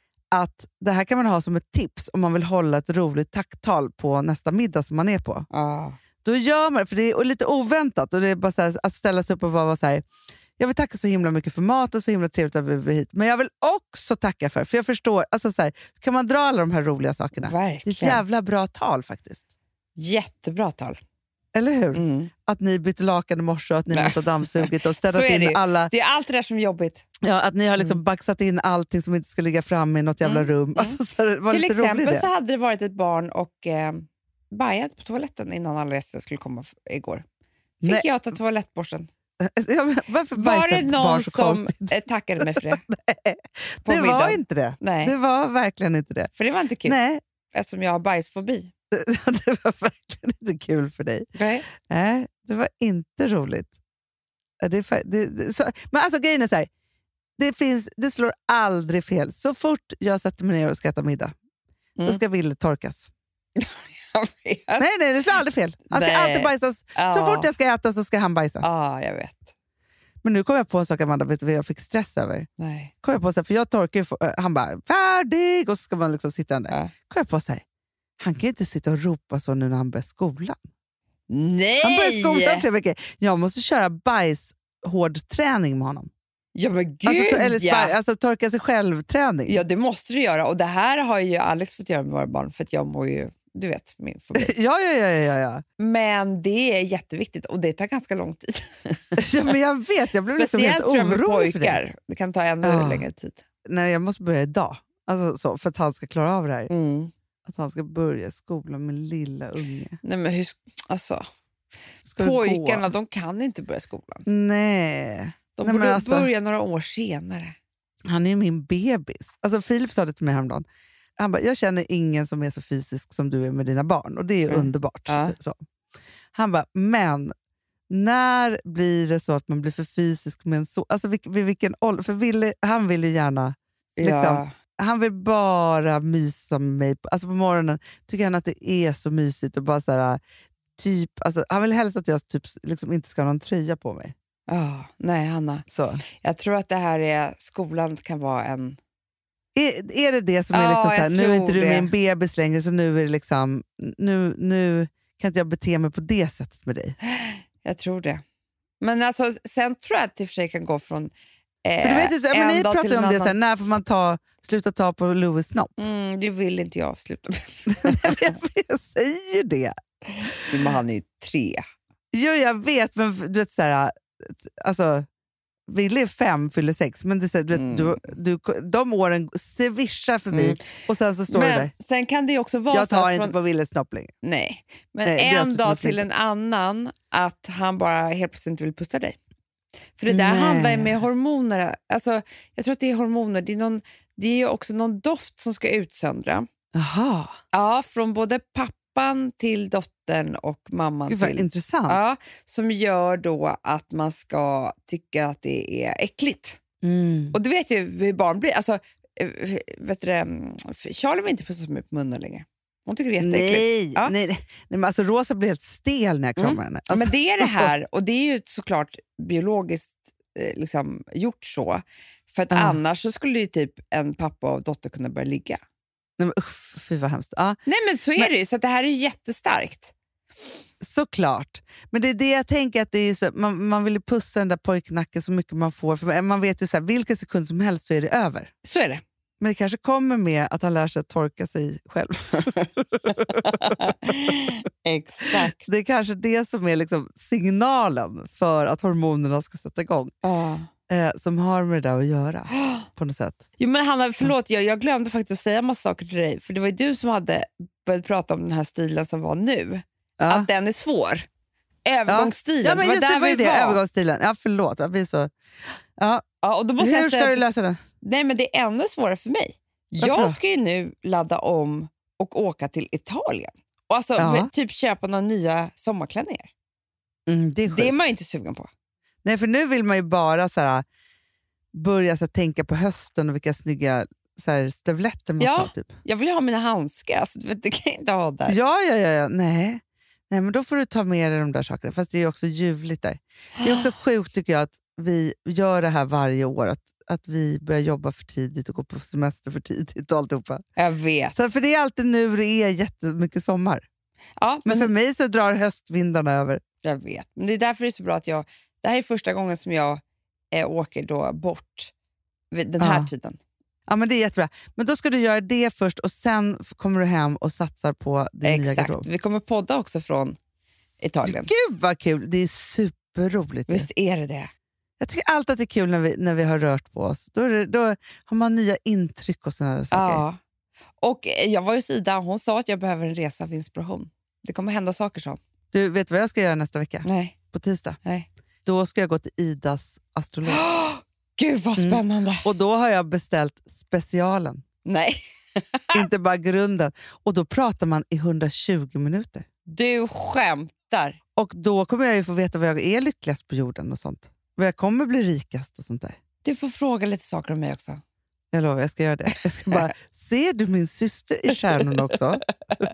att det här kan man ha som ett tips om man vill hålla ett roligt tacktal på nästa middag som man är på. Ja. Då gör man det, för det är lite oväntat och det är bara så här, att ställa sig upp och vara så här, jag vill tacka så himla mycket för mat och så himla trevligt att vi är hit. Men jag vill också tacka för, för jag förstår, alltså så här, kan man dra alla de här roliga sakerna? Det är ett Verkligen. jävla bra tal faktiskt. Jättebra tal. Eller hur? Mm. Att ni bytte lakan i morse och att ni Nej. måste ha dammsugit och Så städat är det in ju. alla... Det är allt det där som är jobbigt. Ja, att ni har liksom Mm. baxat in allting som inte ska ligga framme i något jävla Mm. rum. Alltså, så här, det var Till lite roligt exempel det. så hade det varit ett barn och eh, bajat på toaletten innan alla gäster skulle komma f- igår. Fick Nej. jag ta toalettborsten? Ja, men varför Var bajsar det ett barn någon så som konstigt? eh, tackade mig för det? På Det var middagen? inte det. Nej, Det var verkligen inte det. för det var inte kul Nej, eftersom jag har bajsfobi. det var verkligen inte kul för dig. Nej. Nej, det var inte roligt. Ja, Det är, fa- det, det, så, men alltså grejen är så här, det, finns, det slår aldrig fel. Så fort jag sätter mig ner och ska äta middag, då Mm. ska Ville torkas. Jag vet. Nej, nej, det slår aldrig fel. Han ska Nej. alltid bajsa. Så Ja. fort jag ska äta så ska han bajsa. Ja, jag vet. Men nu kom jag på en sak, Amanda, vet du vad jag fick stress över? Nej. Kom jag på så här, för jag torkar ju, få- äh, han bara färdig och så ska man liksom sitta där. Ja. Kom jag på så här, han kan ju inte sitta och ropa så nu när han börjar skolan. Nej! Han börjar skolan om tre veckor. Jag måste köra bajshård träning med honom. Ja, men gud Alltså, to- eller ja. spa- alltså torka sig själv-träning. Ja, det måste du göra. Och det här har ju Alex fått göra med våra barn för att jag mår ju, du vet, min fobi. ja, ja, ja, ja, ja. Men det är jätteviktigt och det tar ganska lång tid. ja, men jag vet. Jag blev liksom helt Speciellt tror jag med orolig för det. pojkar. Det kan ta ännu Ah. längre tid. Nej, jag måste börja idag. Alltså, så, för att han ska klara av det här. Mm. Att han ska börja skolan med lilla unge. Nej, men hur, alltså, Ska du pojkarna, gå? de kan inte börja skolan. Nej. De Nej, borde men alltså- börja några år senare. Han är min bebis. Alltså Filip sa det till mig häromdagen. Han bara, jag känner ingen som är så fysisk som du är med dina barn. Och det är Mm. underbart. Ja. Så. Han bara, men när blir det så att man blir för fysisk med en så... Alltså vilk, vid vilken ålder? För Ville, han vill ju gärna... Liksom, Ja. han vill bara mysa med mig. Alltså på morgonen tycker han att det är så mysigt. Och bara så här, typ, alltså, han vill helst att jag typ, liksom, inte ska ha någon tröja på mig. Oh, nej, Hanna. Så. Jag tror att det här är... Skolan kan vara en... Är, är det det som är ja, liksom så här, nu är inte du det. min bebis längre, så nu är det liksom... Nu, nu kan inte jag bete mig på det sättet med dig. Jag tror det. Men alltså, sen tror jag att det för sig kan gå från... Eh, För du vet ju, så, men ni pratar ju om det, så här, annan... när får man ta, sluta ta på Louis snopp? Mm, det vill inte jag avsluta med. jag, jag säger ju det. Men han är ju tre. Jo, jag vet, men du vet så här, alltså, Ville är fem, fyller sex, men det är så här, du vet, Mm. du, du, de åren svischar förbi Mm. och sen så står Men det där. sen kan det ju också vara Jag så tar att inte från... på Willes snopp längre. Nej, men Nej, det är en alltså dag som till en annan att han bara helt plötsligt inte vill pussa dig. För det där Nej. handlar ju med hormoner. Alltså, jag tror att det är hormoner. Det är, någon, det är ju också någon doft som ska utsöndra. Jaha, Ja, från både pappan till dottern och mamman gud vad till... intressant. Ja, som gör då att man ska tycka att det är äckligt. Mm. Och du vet ju hur barn blir. Alltså, eh, vet du det, Charlie vill inte pussa mig på munnen längre. Hon tycker det är jätteäckligt. Nej, Ja. nej, nej, men alltså Rosa blir helt stel när jag kramar Mm. henne. Alltså, Men det är det här, och det är ju såklart biologiskt eh, liksom, gjort så. För att Ja. annars så skulle ju typ en pappa och dotter kunna börja ligga. Nej, men, uff, fy vad hemskt. Ja, Nej men så är Men- det ju, så att det här är ju jättestarkt. såklart. Men det är det jag tänker, att det är så, man, man vill ju pussa den där pojknacken så mycket man får. För man vet ju så här, vilken sekund som helst så är det över. Så är det. Men det kanske kommer med att han lär sig att torka sig själv. Exakt. Det är kanske det som är liksom signalen för att hormonerna ska sätta igång. Ja. Eh, som har med det där att göra på något sätt. Jo, men Hanna, förlåt, jag, jag glömde faktiskt att säga massa saker till dig. För det var ju du som hade börjat prata om den här stilen som var nu. Ja. Att den är svår. Övergångsstilen. Ja, men just det, där det var ju vi det. var. Övergångsstilen. Ja, förlåt. Jag blir så... Ja. Ja, och då måste Hur jag ska säga du att- lösa det? Nej, men det är ännu svårare för mig. Varför Jag då? ska ju nu ladda om och åka till Italien. Och alltså Ja. v- typ köpa några nya sommarklänningar. Mm, det är sjukt. Det är man ju inte sugen på. Nej, för nu vill man ju bara så här, börja så här, tänka på hösten och vilka snygga så här, stövletter man Ja. ska ha. Typ. Jag vill ju ha mina handskar. Alltså, du vet, det kan jag inte ha där. Ja, ja, ja, ja. Nej. Nej, men då får du ta med dig de där sakerna. Fast det är ju också ljuvligt där. Det är också sjukt tycker jag att vi gör det här varje år. Att, att vi börjar jobba för tidigt och gå på semester för tidigt och alltihopa. Jag vet. Så, för det är alltid nu det är jättemycket sommar. Ja, Men men för mig så drar höstvindarna över. jag vet. Men det är därför det är så bra att jag... Det här är första gången som jag eh, åker då bort vid den här Ja. tiden. Ja, men det är jättebra. Men då ska du göra det först och sen f- kommer du hem och satsar på din nya Exakt. garderob. Vi kommer podda också från Italien. Gud vad kul! Det är superroligt. ju. Visst är det det? Jag tycker alltid att det är kul när vi, när vi har rört på oss. Då, är det, då har man nya intryck och såna här saker. Ja. Och eh, jag var ju Ida, hon sa att jag behöver en resa av inspiration. Det kommer hända saker, så. Du, vet du vad jag ska göra nästa vecka? Nej. På tisdag? Nej. Då ska jag gå till Idas astrolog. Gud vad Mm. spännande. Och då har jag beställt specialen. Nej. Inte bara grunden. Och då pratar man i hundratjugo minuter. Du skämtar. Och då kommer jag ju få veta vad jag är lyckligast på jorden och sånt. Vad jag kommer bli rikast och sånt där. Du får fråga lite saker om mig också. Jag lovar, jag ska göra det. Jag ska bara, ser du min syster i stjärnorna också?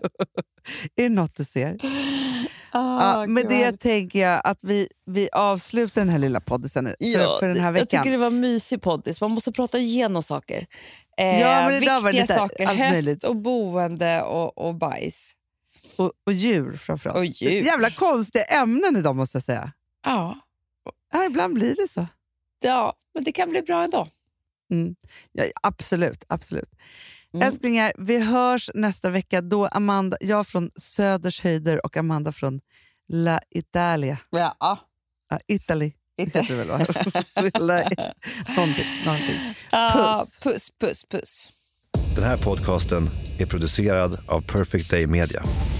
Är det något du ser? Ah, Ja, med det tänker jag att vi, vi avslutar den här lilla poddisen för, Ja, för den här jag veckan. tycker det var mysig poddis. Man måste prata igenom saker. Eh, Ja, men idag viktiga var det lite saker. allt Höst möjligt. och boende och, och bajs. Och, och djur framförallt. Och djur. Jävla konstiga ämnen idag måste jag säga. Ja. Ja, ibland blir det så. ja, men det kan bli bra ändå. Mm. Ja, absolut, absolut. Mm. Älsklingar, vi hörs nästa vecka. Då Amanda, jag från Söders höjder och Amanda från La Italia. Ja, ja. Ja, Italy. Inte. Heter det väl, va? La- någonting, någonting. Ja, Puss. puss, puss, puss. Den här podcasten är producerad av Perfect Day Media.